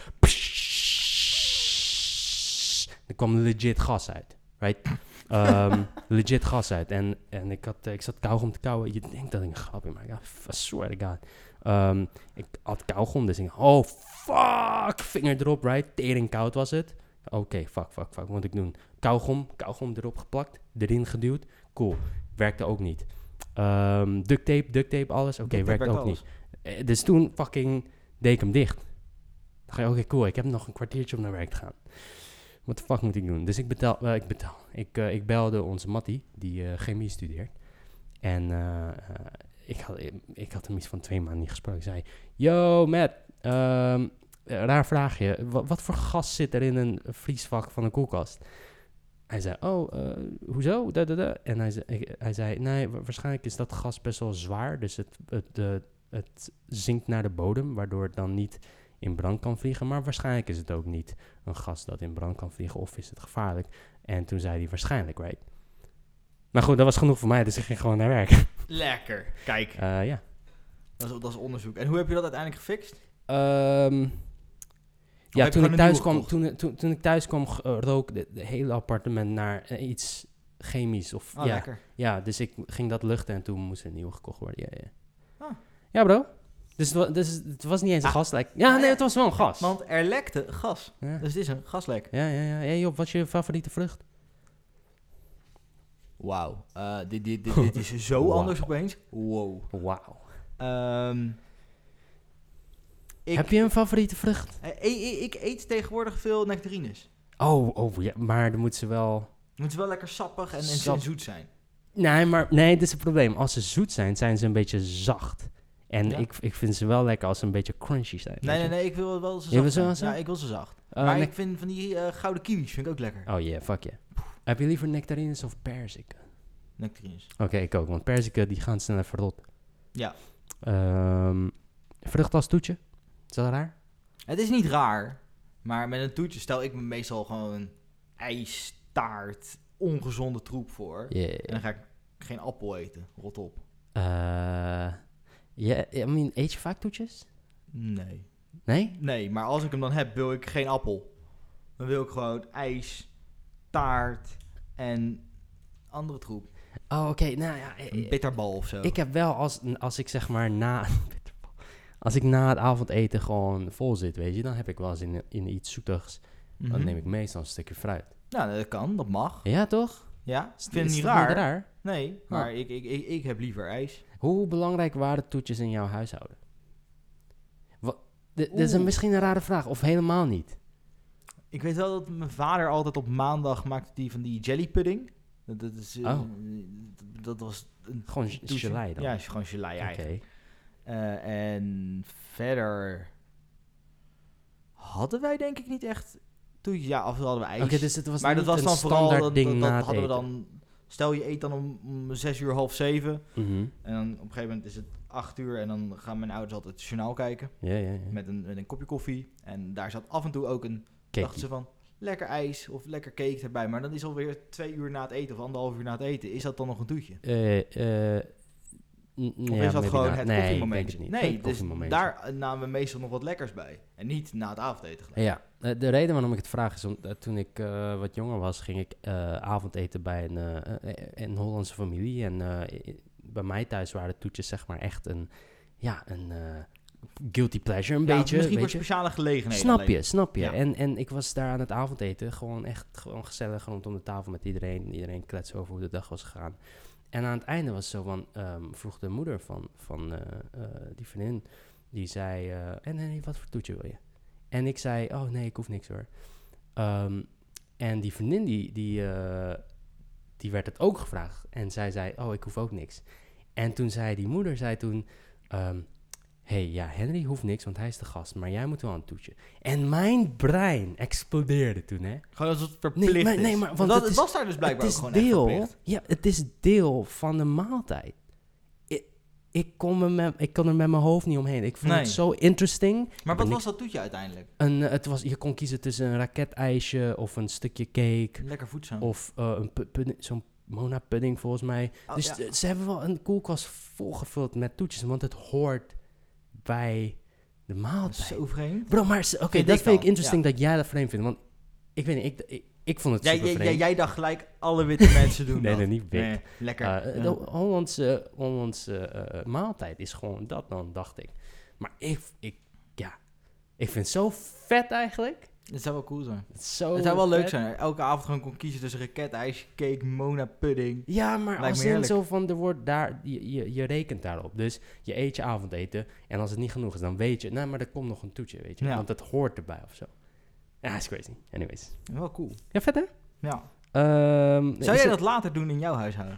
Er kwam legit gas uit, right? Um, legit gas uit. En, en ik, had, uh, ik zat kauwgom te kauwen. Je denkt dat ik een grapje maak. I swear to God. Um, ik had kauwgom, dus ik dacht, oh fuck, vinger erop, right? Tering koud was het. Oké, okay, fuck, fuck, fuck, wat moet ik doen? Kauwgom, kauwgom erop geplakt, erin geduwd. Cool, werkte ook niet. Um, duct tape, duct tape, alles. Oké, okay, werkte ook alles. niet. Uh, dus toen fucking deed ik hem dicht. Dan ga je, oké, okay, cool, ik heb nog een kwartiertje om naar werk te gaan. Wat de fuck moet ik doen? Dus ik betaal, uh, ik betaal. Ik, uh, ik belde onze Mattie, die uh, chemie studeert. En uh, uh, ik, had, ik had hem iets van twee maanden niet gesproken. Ik zei, yo Matt, um, raar vraagje. Wat, wat voor gas zit er in een vriesvak van een koelkast? Hij zei, oh, uh, hoezo? Da, da, da. En hij zei, ik, hij zei, nee, waarschijnlijk is dat gas best wel zwaar. Dus het, het, het, het zinkt naar de bodem, waardoor het dan niet in brand kan vliegen. Maar waarschijnlijk is het ook niet een gas dat in brand kan vliegen. Of is het gevaarlijk? En toen zei hij, waarschijnlijk, right? Maar goed, dat was genoeg voor mij, dus ik ging gewoon naar werk. Lekker. Kijk, Uh, ja. dat is, dat is onderzoek. En hoe heb je dat uiteindelijk gefixt? Um, ja, heb je toen ik, gewoon een thuis nieuwe kwam, gekocht? toen, toen, toen ik thuis kwam, uh, rook het hele appartement naar uh, iets chemisch. Of, Oh, ja, lekker. ja, dus ik ging dat luchten en toen moest er een nieuwe gekocht worden. Ja, ja. Ah. Ja, bro. Dus, het wa- dus het was niet eens een Ah. gaslek. Ja, nee, het was wel een gas. Want er lekte gas. Ja, Dus het is een gaslek. ja, ja. ja. Hey, Job, wat is je favoriete vrucht? Wauw. Uh, dit, dit, dit, dit is zo Wauw. anders opeens. Wow. Wauw. Um, ik, Heb je een favoriete vrucht? Eh, Ik, ik, ik eet tegenwoordig veel nectarines. Oh, oh ja, maar dan moet ze wel... Moet wel lekker sappig en, en, Sap- en zoet zijn. Nee, maar nee, dit is het probleem. Als ze zoet zijn, zijn ze een beetje zacht. En Ja. ik, ik vind ze wel lekker als ze een beetje crunchy zijn. Nee, weet nee, je? nee, ik wil wel ze Je wil zacht ze zijn. wel zacht? Ja, ik wil ze zacht. Uh, maar nec- ik vind van die uh, gouden kiwis vind ik ook lekker. Oh yeah, fuck yeah. Heb je liever nectarines of perziken? Nectarines. Oké, okay, ik ook. Want perziken die gaan sneller verrotten. Ja. Um, vrucht als toetje? Is dat raar? Het is niet raar, maar met een toetje stel ik me meestal gewoon ijs, taart, ongezonde troep voor. Yeah. En dan ga ik geen appel eten. Rot op. Uh, yeah, I mean, eet je vaak toetjes? Nee. Nee? Nee, maar als ik hem dan heb, wil ik geen appel. Dan wil ik gewoon ijs, taart en andere troep. Oh, oké. Okay. Nou ja. Een bitterbal of zo. Ik heb wel, als, als ik zeg maar na... als ik na het avondeten gewoon vol zit, weet je, dan heb ik wel eens in, in iets zoetigs. Mm-hmm. Dan neem ik meestal een stukje fruit. Nou, dat kan. Dat mag. Ja, toch? Ja, ik vind het niet raar. raar. Nee, maar oh. ik, ik, ik, ik heb liever ijs. Hoe belangrijk waren toetjes in jouw huishouden? Wat, d- dit is een, misschien een rare vraag, of helemaal niet. Ik weet wel dat mijn vader altijd op maandag maakte die van die jellypudding. Dat, dat, is, uh, oh. dat, dat was... Een gewoon gelei dan? Ja, gewoon gelei eigenlijk. Okay. Uh, en verder hadden wij denk ik niet echt toetjes. Ja, af en toe hadden we ijs. Okay, dus het was maar dat was dan vooral dat, ding dat, dat na hadden we dan. Stel je eet dan om, om zes uur, half zeven. Mm-hmm. En dan op een gegeven moment is het acht uur en dan gaan mijn ouders altijd het journaal kijken. Ja, ja, ja. Met een, met een kopje koffie. En daar zat af en toe ook een, Cakey. dachten ze van, lekker ijs of lekker cake erbij. Maar dan is alweer twee uur na het eten of anderhalf uur na het eten. Is dat dan nog een toetje? Uh, uh, n- of ja, is dat gewoon na- het nee, koffiemomentje? niet. Nee, het dus daar namen we meestal nog wat lekkers bij. En niet na het avondeten gelijk. Ja, uh, de reden waarom ik het vraag is, om, uh, toen ik uh, wat jonger was, ging ik uh, avondeten bij een, uh, een Hollandse familie. En uh, bij mij thuis waren toetjes zeg maar echt een, ja, een uh, guilty pleasure een ja, beetje. Misschien weet voor je? speciale gelegenheden. Snap alleen. je, snap je. Ja. En, en ik was daar aan het avondeten, gewoon echt gewoon gezellig rondom de tafel met iedereen. Iedereen kletsen over hoe de dag was gegaan. En aan het einde was het zo van, um, vroeg de moeder van, van uh, uh, die vriendin, die zei, uh, en nee, wat voor toetje wil je? En ik zei, oh nee, ik hoef niks hoor. Um, en die vriendin, die, die, uh, die werd het ook gevraagd. En zij zei, oh, ik hoef ook niks. En toen zei die moeder, zei toen, um, hey, ja, Henry hoeft niks, want hij is de gast, maar jij moet wel een toetje. En mijn brein explodeerde toen, hè. Gewoon als het verplicht nee, maar, is. nee, maar, want dat, het, is, was daar dus blijkbaar het ook gewoon deel, echt verplicht. Ja, het is deel van de maaltijd. Ik, ik, kon, me met, ik kon er met mijn hoofd niet omheen. Ik vond nee. het zo interesting. Maar wat was dat toetje uiteindelijk? Een, uh, het was, je kon kiezen tussen een raketijsje of een stukje cake. Lekker voedzaam. Of uh, een pu- pu- zo'n Mona pudding volgens mij. Oh, dus ja. t- ze hebben wel een koelkast volgevuld met toetjes, want het hoort bij de maaltijd. Zo vreemd. Bro, maar oké, okay, dat vind ik interesting ja. dat jij dat vreemd vindt, want ik weet niet, ik, ik, ik vond het jij, super vreemd. Jij, jij dacht gelijk, alle witte mensen doen nee, dat. Nee, niet wit. Nee, lekker. Uh, ja. De Hollandse, Hollandse uh, maaltijd is gewoon dat dan, dacht ik. Maar ik, ik, ja, ik vind het zo vet eigenlijk. Het zou wel cool zijn. Het, zo het zou wel vet. leuk zijn. Elke avond gewoon kon kiezen tussen raketijs, cake, Mona pudding. Ja, maar Lijkt als in zo van, er wordt daar, je, je, je rekent daarop. Dus je eet je avondeten en als het niet genoeg is, dan weet je, nou, maar er komt nog een toetje, weet je. Ja. Want dat hoort erbij of zo. Ja, is crazy. Anyways. Wel cool. Ja, vet hè? Ja. Um, zou jij dat later doen in jouw huishouden?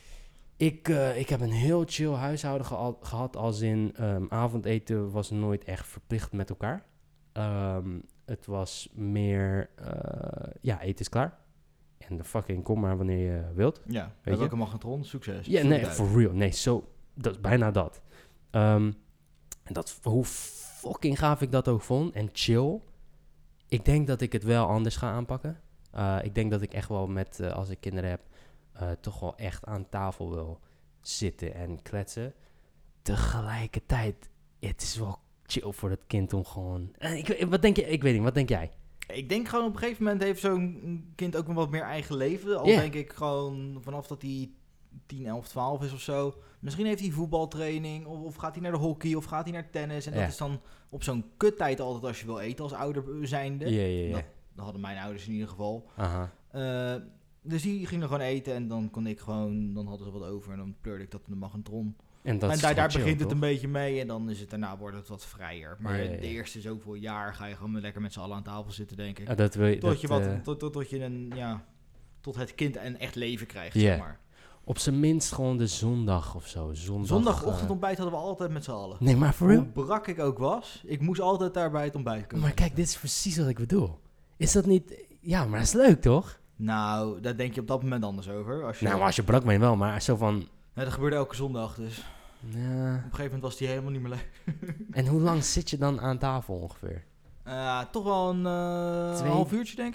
Ik, uh, ik heb een heel chill huishouden geha- gehad, als in um, avondeten was nooit echt verplicht met elkaar. Um, het was meer, uh, ja, eten is klaar. En de fucking kom maar wanneer je wilt. Ja, weet je? Ook een magnetron, succes. Ja, nee, for real. Nee, zo, dat is bijna dat. Um, en dat, hoe fucking gaaf ik dat ook vond. En chill. Ik denk dat ik het wel anders ga aanpakken. Uh, ik denk dat ik echt wel met, uh, als ik kinderen heb, uh, toch wel echt aan tafel wil zitten en kletsen. Tegelijkertijd, het is wel chill voor het kind om gewoon... Uh, ik, wat denk je? Ik weet niet, wat denk jij? Ik denk gewoon op een gegeven moment heeft zo'n kind ook wel wat meer eigen leven. Al Yeah. denk ik gewoon vanaf dat hij tien, elf, twaalf is of zo. Misschien heeft hij voetbaltraining of, of gaat hij naar de hockey of gaat hij naar tennis. En Ja. dat is dan op zo'n kuttijd altijd als je wil eten als ouder zijnde. Ja, ja, ja. Dat, dat hadden mijn ouders in ieder geval. Aha. Uh, dus die gingen gewoon eten en dan kon ik gewoon, dan hadden ze wat over en dan pleurde ik dat in de magnetron. En, dat en is daar, daar chill, begint het toch? een beetje mee en dan is het daarna wordt het wat vrijer. Maar Ja, ja, ja. de eerste zoveel jaar ga je gewoon lekker met z'n allen aan tafel zitten, denk ik. Ah, dat wil je, tot, dat, je wat, uh, tot, tot, tot je een, ja, tot het kind een echt leven krijgt, Yeah. zeg maar. op zijn minst gewoon de zondag of zo. Zondag, Zondagochtendontbijt hadden we altijd met z'n allen. Nee, maar for real? Hoe brak ik ook was, ik moest altijd daar bij het ontbijt komen. Maar kijk, dit is precies wat ik bedoel. Is dat niet... Ja, maar dat is leuk, toch? Nou, daar denk je op dat moment anders over. Als je, Nou, maar als je brak ben wel, maar zo van... Ja, dat gebeurde elke zondag, dus... Ja. Op een gegeven moment was die helemaal niet meer leuk. En hoe lang zit je dan aan tafel ongeveer? Uh, toch wel een uh, Twee... half uurtje, denk ik.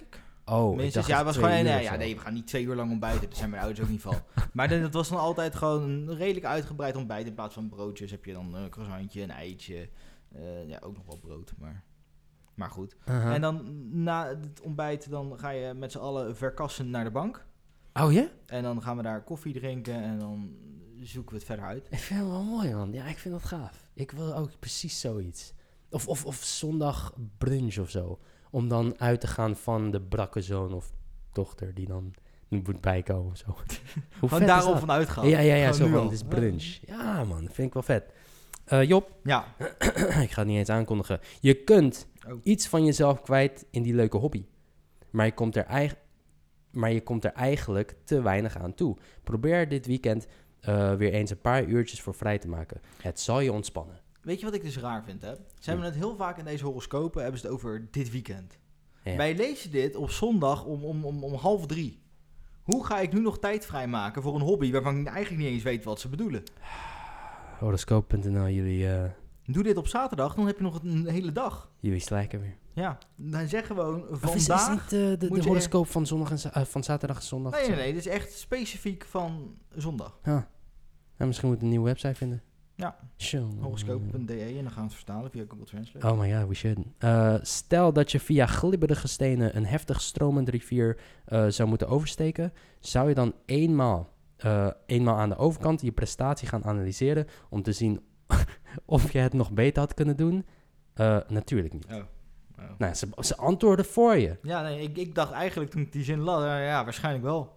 Oh, ik Minstens, dacht ja, echt het was twee gewoon, uur nee, of ja, zo. nee, we gaan niet twee uur lang ontbijten. Dat zijn mijn ouders ook niet van. Maar dat was dan altijd gewoon een redelijk uitgebreid ontbijt. In plaats van broodjes heb je dan een croissantje, een eitje. Uh, ja, ook nog wel brood, maar, maar goed. Uh-huh. En dan na het ontbijt, dan ga je met z'n allen verkassen naar de bank. Oh ja? En dan gaan we daar koffie drinken en dan zoeken we het verder uit. Ik vind het wel mooi, man. Ja, ik vind dat gaaf. Ik wil ook precies zoiets. Of, of, of zondag brunch of zo. Om dan uit te gaan van de brakke zoon of dochter die dan moet bijkomen of zo. Hoe Gewoon vet daarom is dat? vanuit gaan. Ja, ja, ja. Gewoon Zo nu van, al. het is brunch. Ja, man. Dat vind ik wel vet. Uh, Job, Ja. ik ga het niet eens aankondigen. Je kunt Oh. iets van jezelf kwijt in die leuke hobby. Maar je komt er, eigen, maar je komt er eigenlijk te weinig aan toe. Probeer dit weekend uh, weer eens een paar uurtjes voor vrij te maken. Het zal je ontspannen. Weet je wat ik dus raar vind, hè? Ze hebben het heel vaak in deze horoscopen, hebben ze het over dit weekend. Ja. Wij lezen dit op zondag om, om, om, om half drie. Hoe ga ik nu nog tijd vrijmaken voor een hobby waarvan ik eigenlijk niet eens weet wat ze bedoelen? Horoscoop punt n l, jullie, uh, Doe dit op zaterdag, dan heb je nog een hele dag. jullie slijken weer. Ja, dan zeg gewoon Of is, is vandaag... niet uh, de, de moet je- horoscoop van, zondag en, za- uh, van zaterdag en zondag? Nee, nee, nee, dit is echt specifiek van zondag. Ja. Ja, misschien moet ik een nieuwe website vinden. Ja. Sure. Horoscoop punt d e en dan gaan we het vertalen via Google Translate. Oh my god, we should. Uh, stel dat je via glibberige stenen een heftig stromende rivier uh, zou moeten oversteken, zou je dan eenmaal, uh, eenmaal aan de overkant je prestatie gaan analyseren om te zien of je het nog beter had kunnen doen? Uh, natuurlijk niet. Oh. Oh. Nou, ze, ze antwoorden voor je. Ja, nee, ik, ik dacht eigenlijk toen ik die zin las, uh, ja, waarschijnlijk wel.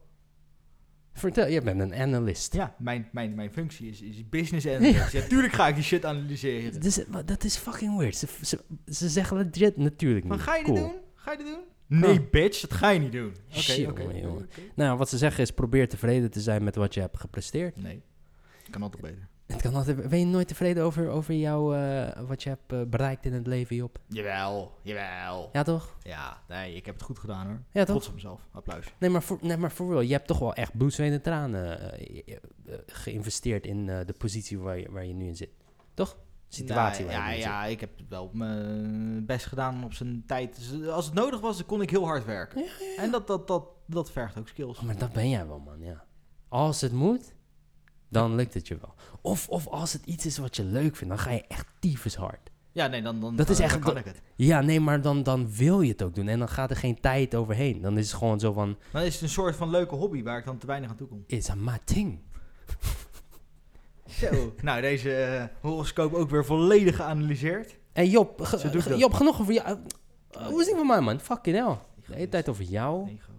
Vertel, je bent een analist. Ja, mijn, mijn, mijn functie is, is business analyst. Ja, tuurlijk ga ik die shit analyseren. Dus, maar dat is fucking weird. Ze, ze, ze zeggen legit natuurlijk Maar niet. ga je Cool. dit doen? Ga je dit doen? Nee, Ja. bitch, dat ga je niet doen. Oké, Shit, oké, jongen, oké, jongen. oké. Nou, wat ze zeggen is probeer tevreden te zijn met wat je hebt gepresteerd. Nee, kan altijd beter. Het kan altijd, ben je nooit tevreden over, over jou, uh, wat je hebt uh, bereikt in het leven, Job? Jawel, jawel. Ja, toch? Ja, nee, ik heb het goed gedaan hoor. Ja, toch? Trots op mezelf. Applaus. Nee, maar voor nee, maar for real, je hebt toch wel echt bloed, zweet en tranen uh, uh, uh, geïnvesteerd in uh, de positie waar je, waar je nu in zit. Toch? Situatie Nou, waar je ja, nu in ja, ik heb wel mijn best gedaan op zijn tijd. Dus als het nodig was, dan kon ik heel hard werken. Ja, ja, ja. En dat, dat, dat, dat vergt ook skills. zit. Oh, maar dat ben jij wel, man, ja. Als het moet, dan lukt het je wel. Of, of als het iets is wat je leuk vindt, dan ga je echt tyfus hard. Ja, nee, dan, dan, Dat dan, is echt- dan kan dat- ik het. Ja, nee, maar dan, dan wil je het ook doen. En dan gaat er geen tijd overheen. Dan is het gewoon zo van, Dan is het een soort van leuke hobby waar ik dan te weinig aan toe kom. it's a my thing. Zo, nou deze eh, horoscoop ook weer volledig geanalyseerd. En Job, ge- Zo doe ik ge- dat. Job, genoeg over jou. Uh, hoe is het van mij, man? Fucking hell. De hele tijd over jou. Ego.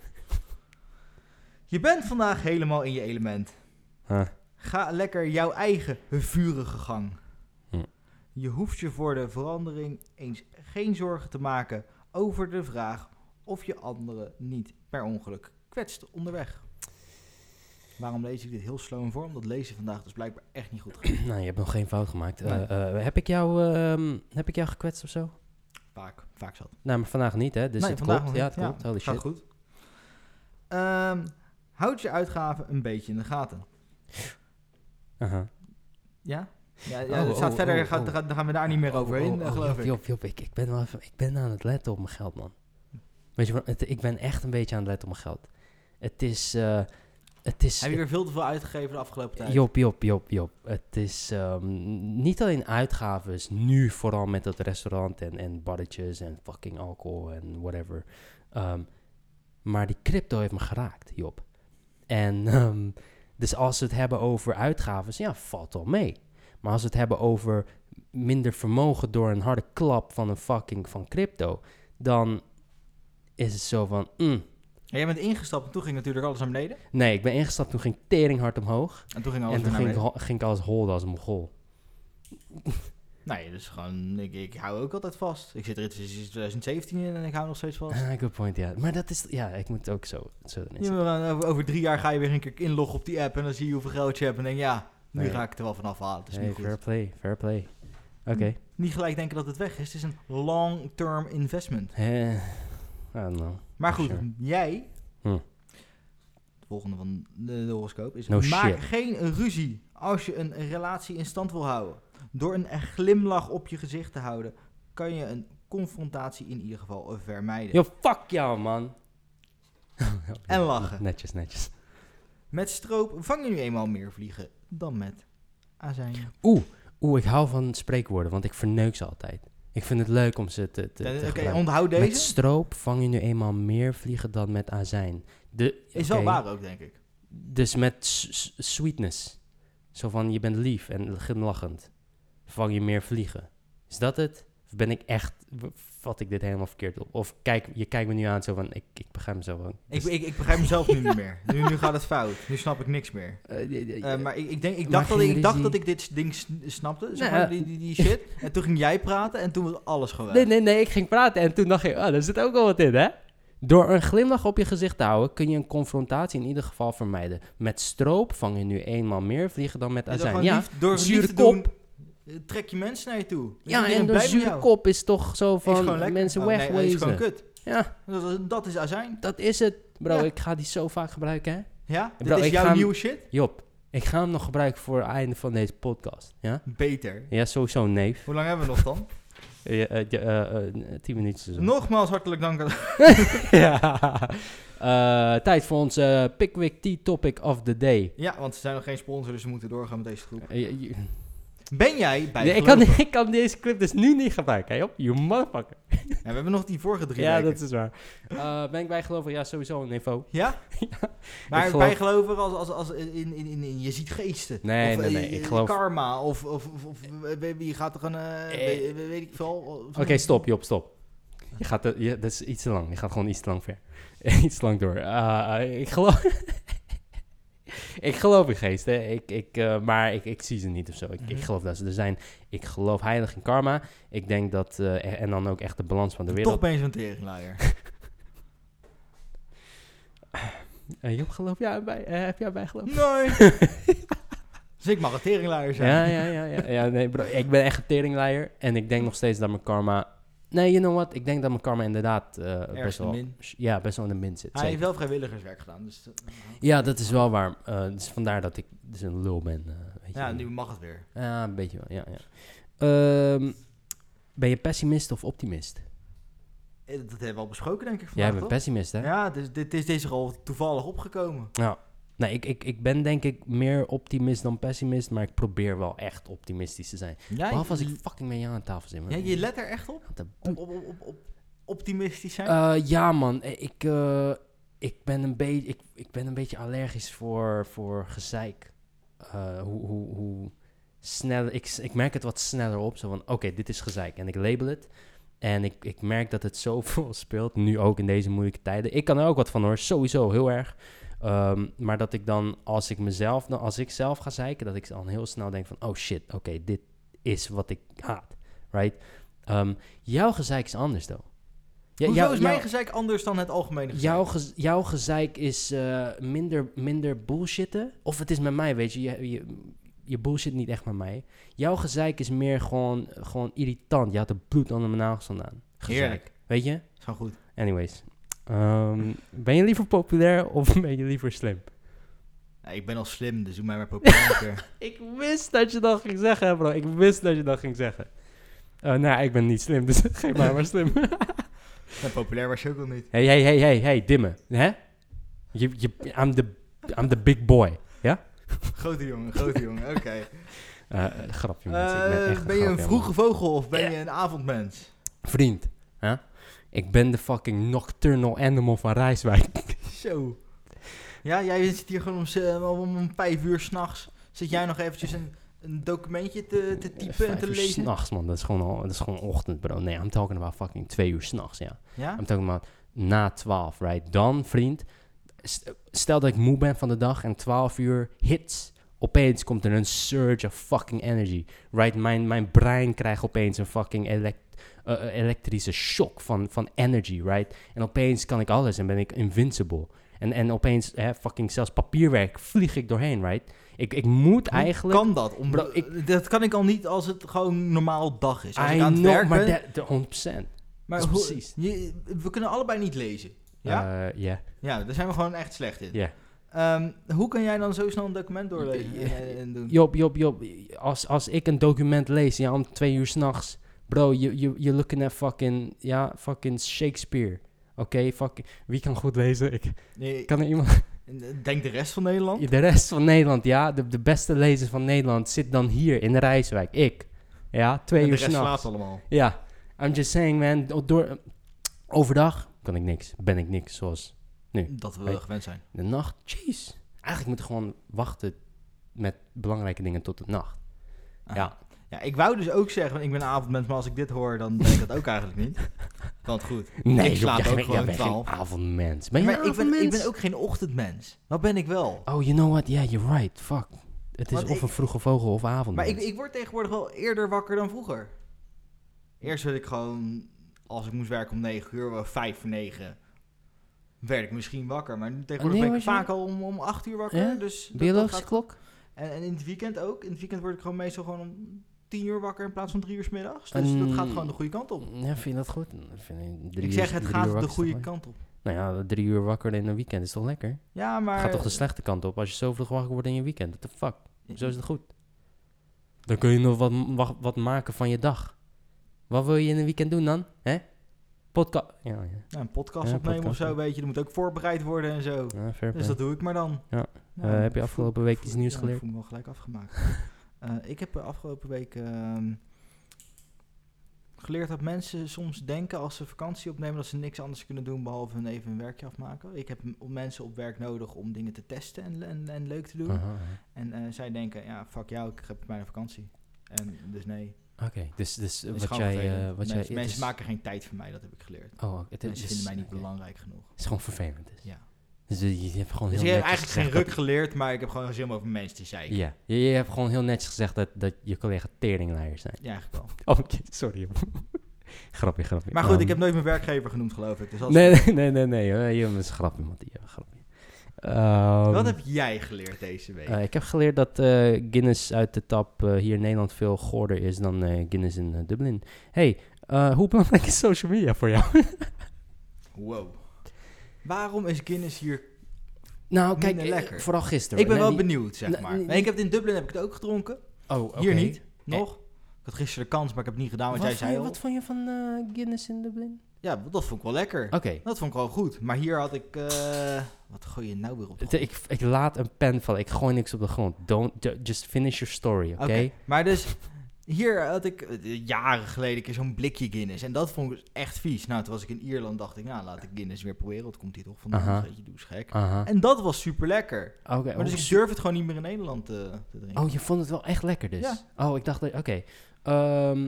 Je bent vandaag helemaal in je element. Huh. Ga lekker jouw eigen vurige gang. Hm. Je hoeft je voor de verandering eens geen zorgen te maken over de vraag of je anderen niet per ongeluk kwetst onderweg. Waarom lees ik dit heel slow in vorm? Dat lezen vandaag dus blijkbaar echt niet goed gaat. Nou, je hebt nog geen fout gemaakt. Uh, Nee. uh, heb, ik jou, ehm, heb ik jou gekwetst of zo? Vaak, vaak zat. Nou, maar vandaag niet, hè? Dus Nee, het vandaag klopt. nog Ja, niet. het klopt. Holy gaat shit. goed. Ehm, houd je uitgaven een beetje in de gaten. Aha. Ja? Ja, ja Oh, het staat oh, verder, oh, gaat, oh. gaat- dan gaan we daar niet meer overheen, Oh, oh, eh, oh, geloof Job, ik. Job, Job, ik, ik ben wel even, ik ben aan het letten op mijn geld, man. Weet je wat? Het, ik ben echt een beetje aan het letten op mijn geld. Het is... Uh, het is Heb je weer veel te veel uitgegeven de afgelopen tijd? Job, Job, Job, Job. Het is um, niet alleen uitgaven, nu vooral met het restaurant en, en barretjes en fucking alcohol en whatever. Um, maar die crypto heeft me geraakt, Job. En um, dus als we het hebben over uitgaven, ja, valt wel mee. Maar als we het hebben over minder vermogen door een harde klap van een fucking van crypto, dan is het zo van, mm. En jij bent ingestapt en toen ging natuurlijk alles naar beneden. Nee, ik ben ingestapt, toen ging tering hard omhoog. En toen ging alles En weer toen naar ging, ik beneden. ho- ging ik als holden als een mogol. Nee, dus gewoon, ik, ik hou ook altijd vast. Ik zit er sinds twintig zeventien in en ik hou nog steeds vast. Ah, good point, ja. Maar dat is, ja, ik moet ook zo, zo erin Ja, zitten. maar dan over, over drie jaar ga je weer een keer inloggen op die app en dan zie je hoeveel geld je hebt en denk ja, nu Nee. ga ik het er wel vanaf halen. Dat is Hey, niet goed. fair play, fair play. Oké. Niet gelijk denken dat het weg is. Het is een long-term investment. Eh, I don't know. Maar goed, Sure. jij, Hm. het volgende van de, de horoscoop is, No maak shit. geen ruzie als je een relatie in stand wil houden. Door een glimlach op je gezicht te houden, kan je een confrontatie in ieder geval vermijden. Yo, fuck jou, man. En lachen. Netjes, netjes. Met stroop vang je nu eenmaal meer vliegen dan met azijn. Oeh, oeh, ik hou van spreekwoorden, want ik verneuk ze altijd. Ik vind het leuk om ze te, te, te Oké, okay, gebruiken. onthoud Met deze. stroop vang je nu eenmaal meer vliegen dan met azijn. De, Is oké, wel waar ook, denk ik. Dus met s- s- sweetness. Zo van, je bent lief en glimlachend. Vang je meer vliegen. Is dat het? Of ben ik echt... Vat ik dit helemaal verkeerd op? Of kijk, je kijkt me nu aan zo van... Ik, ik begrijp mezelf ook. Ik, ik, ik begrijp mezelf nu niet meer. Nu, nu gaat het fout. Nu snap ik niks meer. Uh, maar ik, ik, denk, ik, dacht dat ik, ik dacht dat ik dit ding snapte. Zeg maar, die, die, die shit. En toen ging jij praten en toen was alles gewoon weg. Nee, nee, nee. Ik ging praten en toen dacht ik... Oh, daar zit ook wel wat in, hè? Door een glimlach op je gezicht te houden... kun je een confrontatie in ieder geval vermijden. Met stroop vang je nu eenmaal meer vliegen dan met azijn. Ja, lief, door zure lief te kop. Doen, trek je mensen naar je toe. Ja, en door zure kop is toch zo van mensen oh, nee, wegwezen. is gewoon kut. Ja. Dat, dat is azijn. Dat is het. Bro, Ja. ik ga die zo vaak gebruiken, hè? Ja? Bro, Dit is ik jouw ga hem- nieuwe shit? Job, ik ga hem nog gebruiken voor het einde van deze podcast. Ja? Beter. Ja, sowieso, neef. Hoe lang hebben we nog dan? Ja, uh, uh, uh, tien minuutjes. Nogmaals hartelijk dank. Aan... ja. Uh, tijd voor ons uh, Pickwick Tea Topic of the Day. Ja, want ze zijn nog geen sponsor, dus we moeten doorgaan met deze groep. Uh, je, je... Ben jij bij nee, ik, kan, ik kan deze clip dus nu niet gebruiken, hè, Job? You motherfucker. Ja, we hebben nog die vorige drie Ja, weken. dat is waar. Uh, ben ik bijgelovig? Ja, sowieso een niveau. Ja? ja. Maar geloof... bijgelovig als, als, als in, in, in, in je ziet geesten. Nee, of, nee, nee. Uh, ik geloof... karma. Of, of, of, of je gaat toch een... Uh, eh. weet, weet ik veel. Oké, okay, stop Job, stop. Je gaat, uh, je, dat is iets te lang. Je gaat gewoon iets te lang ver. iets te lang door. Uh, uh, ik geloof... ik geloof in geesten, ik, ik, uh, maar ik, ik zie ze niet of zo. Ik, mm-hmm. ik geloof dat ze er zijn. Ik geloof heilig in karma. Ik denk dat... Uh, en dan ook echt de balans van de wereld. Toch ben je zo'n teringlaaier. uh, Job, geloof jij bij? Uh, heb jij bijgeloof? Nee. Dus ik mag een teringlaaier zijn. Ja, ja, ja. ja, ja nee, bro, ik ben echt een teringlaaier. En ik denk nog steeds dat mijn karma... Nee, you know what? Ik denk dat mijn karma inderdaad uh, best wel... Min. Ja, best wel in de min zit. Hij zeker. heeft wel vrijwilligerswerk gedaan. Dus dat, uh, ja, dat is wel waar. Uh, dus vandaar dat ik dus een lul ben. Uh, weet ja, je nu mag het weer. Ja, een beetje wel. Ja, ja. Um, ben je pessimist of optimist? Dat hebben we al besproken, denk ik. Jij bent pessimist, hè? Ja, dus dit is deze al toevallig opgekomen. Ja. Nee, ik, ik, ik ben denk ik meer optimist dan pessimist, maar ik probeer wel echt optimistisch te zijn. Ja, behalve als ik fucking met jou aan tafel zit. Ja, je let er echt op? Op, op, op, op optimistisch zijn? Uh, ja, man. Ik, uh, ik, ben een beetje, ik, ik ben een beetje allergisch voor, voor gezeik. Uh, hoe, hoe, hoe snel... Ik, ik merk het wat sneller op. Zo van, oké, okay, dit is gezeik. En ik label het. En ik, ik merk dat het zoveel speelt. Nu ook in deze moeilijke tijden. Ik kan er ook wat van hoor. Sowieso, heel erg. Um, maar dat ik dan, als ik mezelf, als ik zelf ga zeiken, dat ik dan heel snel denk van, oh shit, oké, okay, dit is wat ik haat, right? Um, jouw gezeik is anders, though. Ja, Hoezo jou, is mijn gezeik anders dan het algemene gezeik? Jouw, gez, jouw gezeik is uh, minder, minder bullshitten, of het is met mij, weet je, je, je, je bullshit niet echt met mij. Jouw gezeik is meer gewoon, gewoon irritant. Je had er bloed onder mijn nagels vandaan. Gezeik. Heerlijk. Weet je? Is gewoon goed. Anyways. Um, ben je liever populair of ben je liever slim? Ja, ik ben al slim, dus doe mij maar populair. Ik wist dat je dat ging zeggen, bro. Ik wist dat je dat ging zeggen. Uh, nou, ik ben niet slim, dus geef mij maar slim. Ja, populair was je ook al niet. Hey, hey, hey, hey, hey, Dimme. Hè? Je, je, I'm, the, I'm the big boy. Ja? Grote jongen, grote jongen, oké. Okay. Uh, grapje, mensen. Uh, ik ben echt ben je een vroege man. vogel of ben yeah. je een avondmens? Vriend, hè? Huh? Ik ben de fucking nocturnal animal van Rijswijk. Zo. Ja, jij zit hier gewoon om, om, om vijf uur s'nachts. Zit jij nog eventjes een, een documentje te, te typen vijf en te uur lezen? S'nachts, man. Dat is, gewoon, dat is gewoon ochtend, bro. Nee, I'm talking about fucking twee uur s'nachts, ja. Ja? I'm talking about na twaalf, right? Dan, vriend, stel dat ik moe ben van de dag en twaalf uur hits. Opeens komt er een surge of fucking energy, right? Mijn, mijn brein krijgt opeens een fucking elect, uh, elektrische shock van, van energy, right? En opeens kan ik alles en ben ik invincible. En, en opeens, hè, fucking zelfs papierwerk vlieg ik doorheen, right? Ik, ik moet Hoe eigenlijk... kan dat? Om, Bro, ik, dat kan ik al niet als het gewoon normaal dag is. Als I ik aan het know, werk maar ben... dat, de honderd procent. Maar hoe, precies. Je, we kunnen allebei niet lezen. Ja? Ja. Uh, yeah. Ja, daar zijn we gewoon echt slecht in. Ja. Yeah. Um, hoe kan jij dan zo snel een document doorlezen en, en doen? Job, Job, Job. Als, als ik een document lees, ja, om twee uur s'nachts... Bro, you're you, looking at fucking... Ja, fucking Shakespeare. Oké, fuck. Wie kan goed lezen? Ik, Nee, kan er iemand... denk de rest van Nederland? De rest van Nederland, ja. De, de beste lezers van Nederland zit dan hier in de Rijswijk. Ik. Ja, twee En de uur rest s'nachts. slaapt allemaal. Ja. I'm just saying, man. do- Door, overdag kan ik niks. Ben ik niks, zoals Dat we Hey. gewend zijn. de nacht. Jeez. Eigenlijk moet je gewoon wachten met belangrijke dingen tot de nacht. Ah. Ja. Ja, ik wou dus ook zeggen, want ik ben een avondmens, maar als ik dit hoor, dan ben ik dat ook eigenlijk niet. Want goed, Nee, ik slaap joh, jij ook bent- gewoon jij bent geen twaalf. avondmens. Ben je Maar een ik ben, ik avondmens? ben ook geen ochtendmens. Wat ben ik wel? Oh, you know what? Yeah, you're right. Fuck. Het is Want of ik- een vroege vogel of avondmens. Maar ik, ik word tegenwoordig wel eerder wakker dan vroeger. Eerst werd ik gewoon, als ik moest werken om negen uur, wel vijf voor negen, werd ik misschien wakker. Maar nu tegenwoordig nee, ben ik was je- vaak al om, om acht uur wakker. Ja? Dus dat- dat Biologische gaat- klok? En, en in het weekend ook. In het weekend word ik gewoon meestal gewoon om tien uur wakker in plaats van drie uur 's middags. Dus En- dat gaat gewoon de goede kant op. Ja, vind je dat goed? Vind je drie Ik uur- zeg, het drie gaat uur de wakker is goede toch kant op. lekker? Nou ja, drie uur wakker in een weekend is toch lekker? Ja, maar... Het gaat toch de slechte kant op als je zo vroeg wakker wordt in je weekend? What the fuck? Zo is het goed. Dan kun je nog wat, wat, wat maken van je dag. Wat wil je in een weekend doen dan? Hè? Podcast. Ja, ja. Ja, een podcast Ja, opnemen podcast, of zo, ja. weet je. Dat moet ook voorbereid worden en zo. ja fair Dus play. dat doe ik maar dan. Ja. Nou, Eh, heb je ik afgelopen voel- week voel- iets nieuws ja, geleerd? Ik voel me wel gelijk afgemaakt. Eh, ik heb eh, afgelopen week ehm, geleerd dat mensen soms denken als ze vakantie opnemen dat ze niks anders kunnen doen behalve hun even een werkje afmaken. Ik heb m- mensen op werk nodig om dingen te testen en, en, en leuk te doen. Aha, aha. En eh, zij denken, ja, fuck jou, ik heb bijna vakantie. En dus nee. Oké, dus, dus Het is wat gewoon jij... vervelend. eh, wat mensen jij het mensen is- maken geen tijd voor mij, dat heb ik geleerd. Oh, het is, Mensen vinden mij niet oké. belangrijk genoeg. Het is gewoon vervelend. Dus, Ja. dus je, je hebt gewoon Dus heel ik heb netjes eigenlijk geen gezegd ruk geleerd, maar ik heb gewoon zin om over mensen te zeiken. dat- Ja, je, je hebt gewoon heel netjes gezegd dat, dat je collega teringleiers zijn. Ja, eigenlijk wel. Oh, oké, sorry. joh. grapje, grapje. Maar goed, Ehm, ik heb nooit mijn werkgever genoemd, geloof ik. Dus dat is Nee, goed. nee, nee, nee, nee. hoor. Je is een grapje, Mattie. Een grapje. Ehm, Wat heb jij geleerd deze week? eh, ik heb geleerd dat eh, Guinness uit de tap eh, hier in Nederland veel goorder is dan eh, Guinness in eh, Dublin. Hey, eh, hoe belangrijk is social media voor jou? Wow. Waarom is Guinness hier... nou, kijk, Minder eh, lekker. vooral gisteren. Ik ben Nee, wel niet- benieuwd, zeg Nee, maar. nee, Nee, ik heb het in Dublin heb ik het ook gedronken. Oh, oké. Hier niet. Nog. Ik had gisteren de kans, maar ik heb het niet gedaan, want Wat jij vond zei je- al. Wat vond je van eh, Guinness in Dublin? Ja, dat vond ik wel lekker. Oké. Dat vond ik wel goed. Maar hier had ik... eh, Wat gooi je nou weer op de Het- Ik, ik laat een pen vallen. Ik gooi niks op de grond. Don't, ju- just finish your story, oké? Oké, maar dus hier had ik eh, jaren geleden een keer zo'n blikje Guinness. En dat vond ik dus echt vies. Nou, toen was ik in Ierland, dacht ik, nou, laat ik Guinness weer proberen. Wat komt hier toch vandaan? Aha. Weet je, doe eens gek. Aha. En dat was super lekker. Oké. Maar dus oh, ik durf het gewoon niet meer in Nederland te, te drinken. Oh, je vond het wel echt lekker dus? Ja. Oh, ik dacht dat... Oké. Ehm,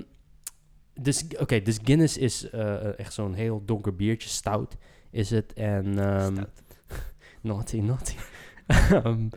dus, oké, dus Guinness is eh, echt zo'n heel donker biertje. Stout is het. En... ehm, Stout. naughty, naughty. Ehm,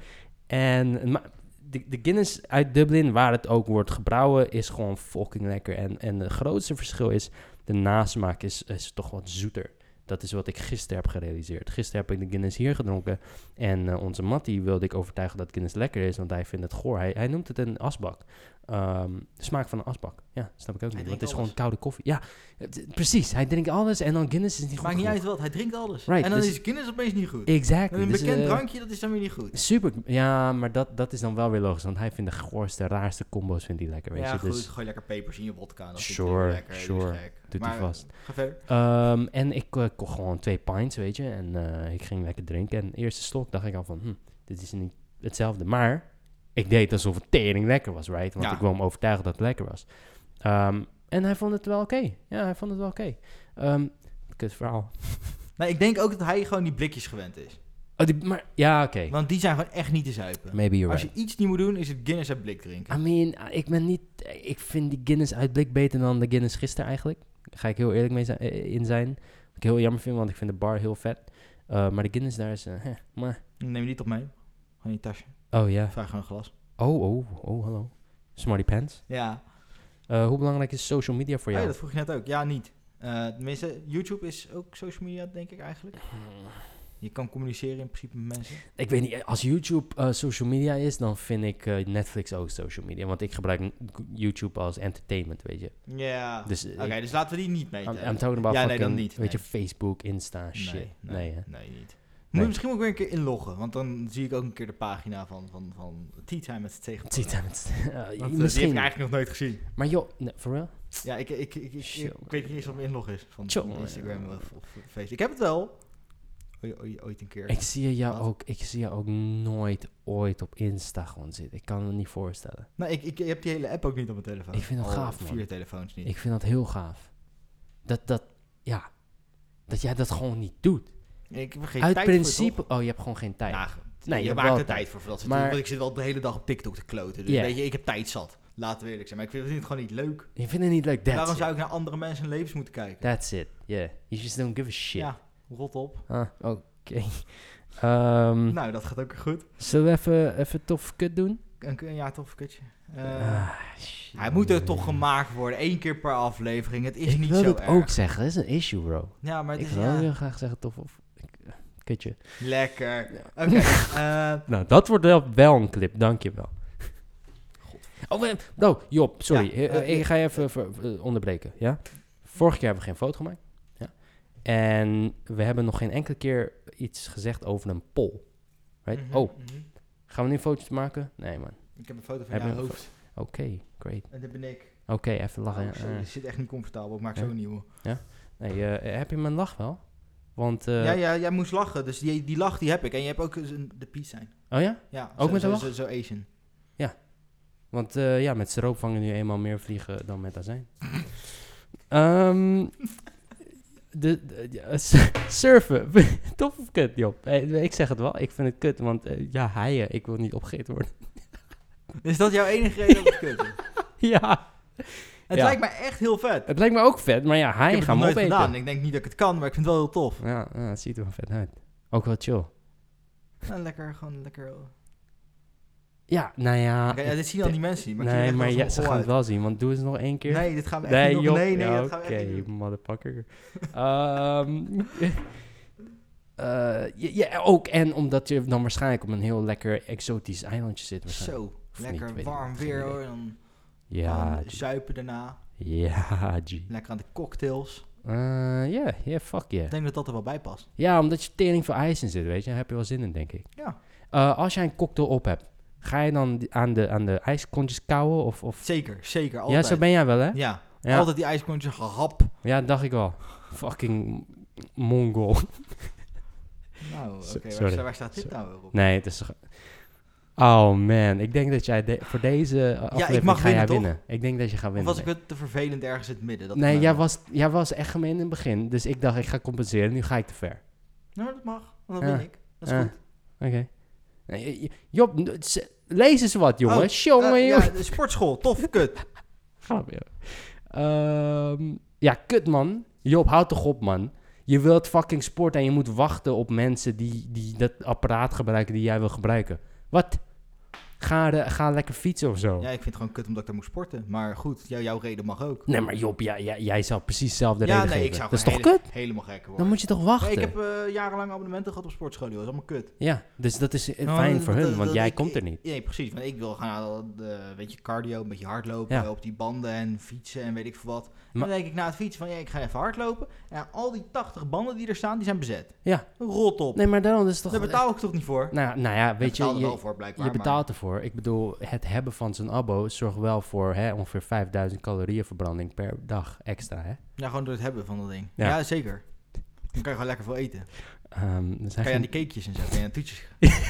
en... Maar, de, de Guinness uit Dublin, waar het ook wordt gebrouwen, is gewoon fucking lekker. En, en het grootste verschil is, de nasmaak is, is toch wat zoeter. Dat is wat ik gisteren heb gerealiseerd. Gisteren heb ik de Guinness hier gedronken. En eh, onze Mattie wilde ik overtuigen dat Guinness lekker is, want hij vindt het goor. Hij, hij noemt het een asbak. Ehm, de smaak van een asbak. Ja, snap ik ook niet. Want het is drinkt gewoon alles. koude koffie. Ja, het- precies. Hij drinkt alles en dan Guinness is niet goed Maakt niet genoeg. uit wat, hij drinkt alles. Right, en dan dus- is Guinness opeens niet goed. Exactly. En een Dus, bekend eh, drankje, dat is dan weer niet goed. Super. Ja, maar dat, dat is dan wel weer logisch. Want hij vindt de goorste, raarste combo's vindt hij lekker. Weet Ja, je? goed, Dus, gooi lekker pepers in je vodka. Dat Sure, vind ik lekker, sure. doe eens gek. Doet hij Maar, vast. Ga verder. Ehm, en ik eh, kocht gewoon twee pints, weet je. En eh, ik ging lekker drinken. En de eerste slok dacht ik al van, hm, dit is niet hetzelfde. Maar ik deed alsof het tering lekker was, right? Want Ja. ik wil hem overtuigen dat het lekker was. Ehm, en hij vond het wel oké. Ja, hij vond het wel oké. Ehm, kut verhaal. Nee, ik denk ook dat hij gewoon die blikjes gewend is. Oh, die, maar, ja, oké. Want die zijn gewoon echt niet te zuipen. Maybe you're Als right. je iets niet moet doen, is het Guinness uit blik drinken. I mean, ik ben niet... Ik vind die Guinness uit blik beter dan de Guinness gisteren eigenlijk. Daar ga ik heel eerlijk mee zijn, eh, in zijn. Wat ik heel jammer vind, want ik vind de bar heel vet. Uh, maar de Guinness daar is... Uh, heh, maar... Neem je die toch mee? Gewoon in je tasje. Oh ja. Vraag gewoon een glas. Oh, oh, oh, hallo. Smarty Pants. Ja. Uh, hoe belangrijk is social media voor Oh, jou? ja, dat vroeg je net ook. Ja, niet. Uh, tenminste, YouTube is ook social media, denk ik eigenlijk. Je kan communiceren in principe met mensen. Ik weet niet, als YouTube uh, social media is, dan vind ik uh, Netflix ook social media. Want ik gebruik n- YouTube als entertainment, weet je. Ja. Dus, Oké, okay, dus laten we die niet meten. I'm, I'm talking about ja, nee, fucking, dan niet. weet nee. je, Facebook, Insta, shit. Nee, nee, nee, hè? nee niet. Nee. Moet je misschien ook weer een keer inloggen, want dan zie ik ook een keer de pagina van, van, van Tea Time met z'n tegen. Tea Time. Uh, Want, uh, die heb misschien. ik eigenlijk nog nooit gezien. Maar joh, nee, for real? Ja, ik, ik, ik, ik, ik, Chill. ik weet niet eens wat mijn inlog is van Chill, Instagram man. of, of Facebook. Ik heb het wel. Ooit, ooit, ooit een keer. Ik zie jou Wat? ook, ik zie jou ook nooit ooit op Insta gewoon zitten. Ik kan me niet voorstellen. Nou, ik, ik heb die hele app ook niet op mijn telefoon. Ik vind dat Al gaaf, man. vier telefoons niet. Ik vind dat heel gaaf. Dat, dat, ja, dat jij dat gewoon niet doet. Ik heb er geen Uit tijd principe, voor, toch? oh, je hebt gewoon geen tijd. Ja, Nee, je je hebt maakt wel er tijd. tijd voor. voor dat soort Maar- dingen, want ik zit wel de hele dag op TikTok te kloten. Dus Ja. weet je, ik heb tijd zat. Laten we eerlijk zijn. Maar ik vind het gewoon niet leuk. Je vindt het niet leuk, that's Daarom it. zou ik naar andere mensen levens moeten kijken. That's it, yeah. You just don't give a shit. Ja, rot op. Ah, oké. Ehm, Nou, dat gaat ook goed. zullen we even, even tof kut doen? Een, een ja, tof kutje. Eh, Ah, shit. hij moet er toch gemaakt worden. Eén keer per aflevering. Het is Ik niet wil zo het erg. ook zeggen, dat is een issue, bro. Ja, maar het Ik is wil ja, heel graag zeggen tof of ik- eh, kutje. lekker. Oké. eh, Nou, dat wordt wel, wel een clip, dankjewel. Oh, eh, no, Job, sorry. Ja, Eh, eh, ik ga je even ver- eh, onderbreken, ja? Vorige keer hebben we geen foto gemaakt, ja? En we hebben nog geen enkele keer iets gezegd over een poll, right? mhm, Oh, mhm. gaan we nu foto's maken? Nee, man. Ik heb een foto van Heb jouw je een hoofd. Oké, great. En dit ben ik. Oké, even lachen. Oh, sorry, eh. dit zit echt niet comfortabel. Ik maak Ja. zo een nieuwe. nee, eh, heb je mijn lach wel? Want, eh, ja, ja, jij moest lachen. Dus die, die lach die heb ik. En je hebt ook eens een, de peace zijn. oh ja? Ja, Ook zo, met zo, een zo, zo Asian. Want eh, ja, met stroop vangen nu eenmaal meer vliegen dan met azijn. Ehm de, de- ja, s- surfen. Tof of kut, Job? Eh, ik zeg het wel, ik vind het kut, want eh, ja, haaien, ik wil niet opgegeten worden. Is dat jouw enige reden dat het kut is? ja, Het Ja. lijkt me echt heel vet. het lijkt me ook vet, maar ja, Ik haaien heb het gaan nog we nooit opeten. gedaan. Ik denk niet dat ik het kan, maar ik vind het wel heel tof. Ja, ja, het ziet er wel vet uit. Ook wel chill. Ja, lekker, gewoon lekker. Ja, nou ja. Oké, ja, dit zien al die mensen niet. Maar ik nee, zie er echt maar wel ja, eens ze een gaan gol het wel zien, want doe eens nog één uit. keer. Nee, dit gaan we echt Nee, niet doen. Job. Nee, nee, Ja, dat gaan we Oké, echt niet doen. motherfucker. Ehm eh, ja, ja, ook. En omdat je dan waarschijnlijk op een heel lekker exotisch eilandje zit. waarschijnlijk. Zo, Of niet, lekker weet ik warm niet. weer hoor. En dan Ja, gewoon zuipen daarna. ja, G. Lekker aan de cocktails. Eh, Ja, ja, fuck yeah. Ik denk dat dat er wel bij past. Ja, omdat je tering voor ijs in zit, weet je. Daar heb je wel zin in, denk ik. Ja. Eh, als jij een cocktail op hebt, ga je dan die- aan de, aan de ijskontjes kauwen? Of, of... Zeker, zeker. Ja, Altijd. zo ben jij wel, hè? Ja, Ja. altijd die ijskontjes gehap. Ja, dacht ik al. Fucking Mongol. Nou, oké, So- waar, sorry. sta- waar staat dit nou weer op? Nee, het is... Oh man, ik denk dat jij de- voor deze aflevering mag ga jij winnen, toch? winnen. Ik denk dat je gaat Of winnen. was ik het te vervelend ergens in het midden? Dat nee, ik jij nou- was, jij was echt gemeen in het begin. Dus ik dacht, ik ga compenseren. Nu ga ik te ver. Nou, dat mag. Want dan Ja. win ik. Dat is Ja. goed. Oké. Nee, j- Job, n- s- lees eens wat, jongen. Oh, Jongen, Eh, jongen. ja, de sportschool. Tof, kut. Grapje. Ehm, ja, kut, man. Job, houd toch op, man. Je wilt fucking sporten en je moet wachten op mensen die, die dat apparaat gebruiken die jij wil gebruiken. Wat? Ga, de, ga lekker fietsen of zo. Ja, ik vind het gewoon kut omdat ik daar moet sporten. Maar goed, jou, jouw reden mag ook. Nee, maar Job, ja, ja, jij zou precies dezelfde ja, reden nee, geven. ik zou dat is gewoon toch hele- kut? helemaal gek worden. Dan moet je toch wachten? ik heb eh, jarenlang abonnementen gehad op sportschool, joh. Dat is allemaal kut. Ja, dus dat is eh, Nou, fijn dat- voor dat- hun, want dat- jij ik- komt er niet. Nee, precies. Want ik wil gaan, uh, weet je, cardio, een beetje hardlopen Ja. op die banden en fietsen en weet ik veel wat. Maar- dan denk ik na het fietsen van, ja, ik ga even hardlopen. En al die tachtig banden die er staan, die zijn bezet. Ja. Rot op. Nee, maar daarom is het toch... Daar betaal ik toch niet voor? Nou, nou ja, weet Ik je, betaal er wel je, voor, blijkbaar. je maar- betaalt ervoor. Ik bedoel, het hebben van zo'n abo zorgt wel voor hè, ongeveer vijfduizend calorieën verbranding per dag extra, hè? Ja, gewoon door het hebben van dat ding. Ja. Ja, zeker. Dan kan je gewoon lekker veel eten. Ehm, er zijn Kan je aan geen- die cakejes en zo, kan je aan toetjes.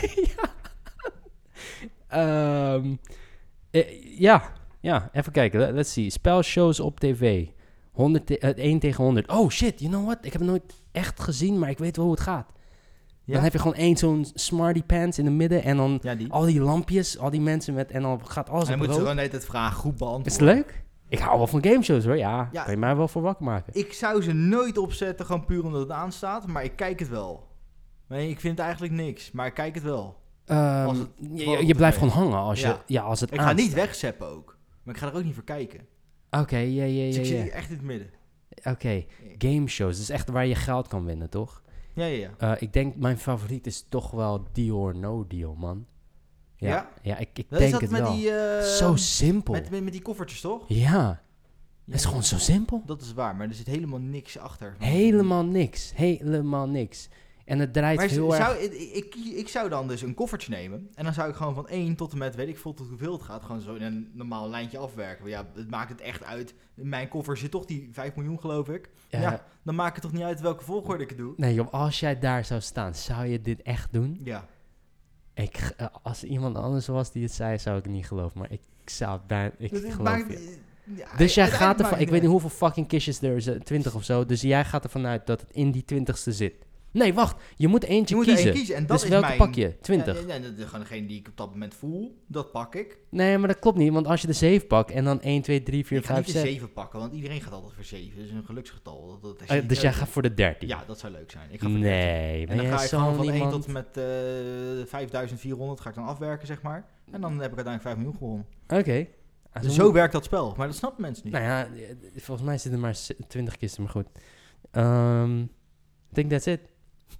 Ehm, eh, ja, ja, even kijken. Let- Let's see. Spelshows op tv. honderd te- eh, één tegen honderd. Oh shit, you know what? Ik heb het nooit echt gezien, maar ik weet wel hoe het gaat. Ja, Dan heb je gewoon één zo'n smarty pants in het midden en dan ja die. al die lampjes, al die mensen met... En dan gaat alles en dan op moeten ze rood. gewoon net het vraag goed beantwoorden. Is het leuk? Ik hou wel van gameshows hoor, ja. Ja. Kan je mij wel voor wakker maken. Ik zou ze nooit opzetten, gewoon puur omdat het aanstaat, maar ik kijk het wel. Nee, ik vind eigenlijk niks, maar ik kijk het wel. Ehm, als het je, wel je, op je blijft tv. gewoon hangen als, je, Ja. ja, als het Ik ga aanstaat. niet wegzeppen ook, maar ik ga er ook niet voor kijken. Oké, ja, ja, Dus ja, ik zit ja. hier echt in het midden. Oké, gameshows. Dat is echt waar je geld kan winnen, toch? Ja, ja, ja. Eh, ik denk, mijn favoriet is toch wel Deal or No Deal, man. Ja, Ja? ja ik, ik Dat denk is dat het met wel. die... eh, Zo simpel. met, met, met die koffertjes, toch? Ja, het is Ja, gewoon zo simpel. Dat is waar, maar er zit helemaal niks achter. Helemaal niks. Helemaal niks. En het draait Maar heel zou, erg... ik, ik, ik zou dan dus een koffertje nemen. En dan zou ik gewoon van één tot en met, weet ik veel tot hoeveel het gaat. Gewoon zo in een normaal lijntje afwerken. Maar ja, het maakt het echt uit. In mijn koffer zit toch die vijf miljoen, geloof ik. Ja. Ja, dan maakt het toch niet uit welke volgorde ik het doe. Nee joh, als jij daar zou staan, zou je dit echt doen? Ja. Ik, uh, als er iemand anders was die het zei, zou ik het niet geloven. Maar ik zou het bijna... Ik Dus het geloof maakt- je. ja, Dus jij uiteindelijk gaat maakt ervan... het Ik weet niet uit. hoeveel fucking kistjes er zijn, twintig of zo. Dus jij gaat ervan uit dat het in die twintigste zit. Nee, wacht. Je moet eentje Je moet er kiezen. één kiezen. En dat Dus is welke mijn... pak je? twintig? Ja, ja, ja, gewoon degene die ik op dat moment voel, dat pak ik. Nee, maar dat klopt niet. Want als je de zeven pakt en dan één, twee, drie, vier, Ik ga vijf, niet de zes... zeven pakken, want iedereen gaat altijd voor zeven. Dat is een geluksgetal. Dat, dat is Uh, niet dus jij nodig. gaat voor de dertien? Ja, dat zou leuk zijn. Ik ga voor de dertien. Nee, En ben dan jij ga ik gewoon zo'n van één iemand? tot en met uh, vijfduizend vierhonderd ga ik dan afwerken, zeg maar. En dan heb ik uiteindelijk vijf miljoen gewonnen. Oké. Ah, Dus zo zo werkt dat spel. Maar dat snappen mensen niet. Nou ja, eh, volgens mij zitten er maar twintig kisten, maar goed. Um, I think that's it.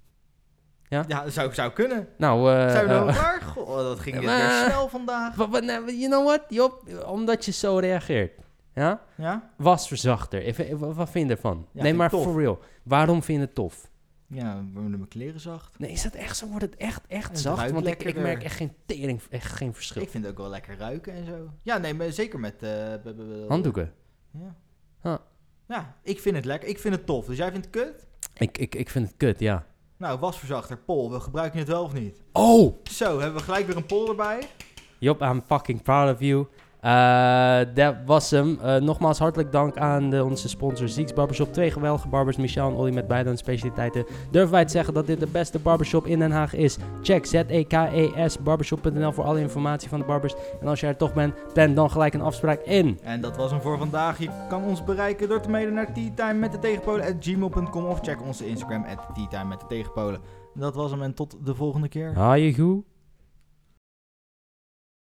Ja? Ja, dat zou, zou kunnen. Nou, eh... Zijn we uh, nou klaar? Goh, dat ging Ja, weer maar- snel vandaag. Wat, wat, nou, you know what, Job? Omdat je zo reageert. Ja? Ja? Wasverzachter. Even, wat, wat vind je ervan? Ja, nee, vind maar ik tof. for real. Waarom vind je het tof? Ja, we worden mijn kleren zacht. Nee, is dat echt zo? Wordt het echt, echt Het zacht? ruikt Want ik, ik lekkerder. merk echt geen tering, echt geen verschil. Ik vind het ook wel lekker ruiken en zo. Ja, nee, maar zeker met... eh, b- b- b- Handdoeken. Ja. Huh. Ja, ik vind het lekker. Ik vind het tof. Dus jij vindt het kut? Ik, ik, ik vind het kut, ja. Nou, wasverzachter, Pol. We gebruiken je het wel of niet? Oh! Zo, hebben we gelijk weer een Pol erbij. Job, I'm fucking proud of you. Uh, dat was hem. Uh, nogmaals hartelijk dank aan de, onze sponsor Zieks Barbershop. Twee geweldige barbers, Michel en Olly met beide hun specialiteiten. Durven wij te zeggen dat dit de beste barbershop in Den Haag is? Check z e k e s barbershop punt n l voor alle informatie van de barbers. En als jij er toch bent, plan dan gelijk een afspraak in. En dat was hem voor vandaag. Je kan ons bereiken door te mailen naar teatime met de tegenpolen at gmail punt com of check onze Instagram at teatime met de tegenpolen. Dat was hem en tot de volgende keer. Ha je goed?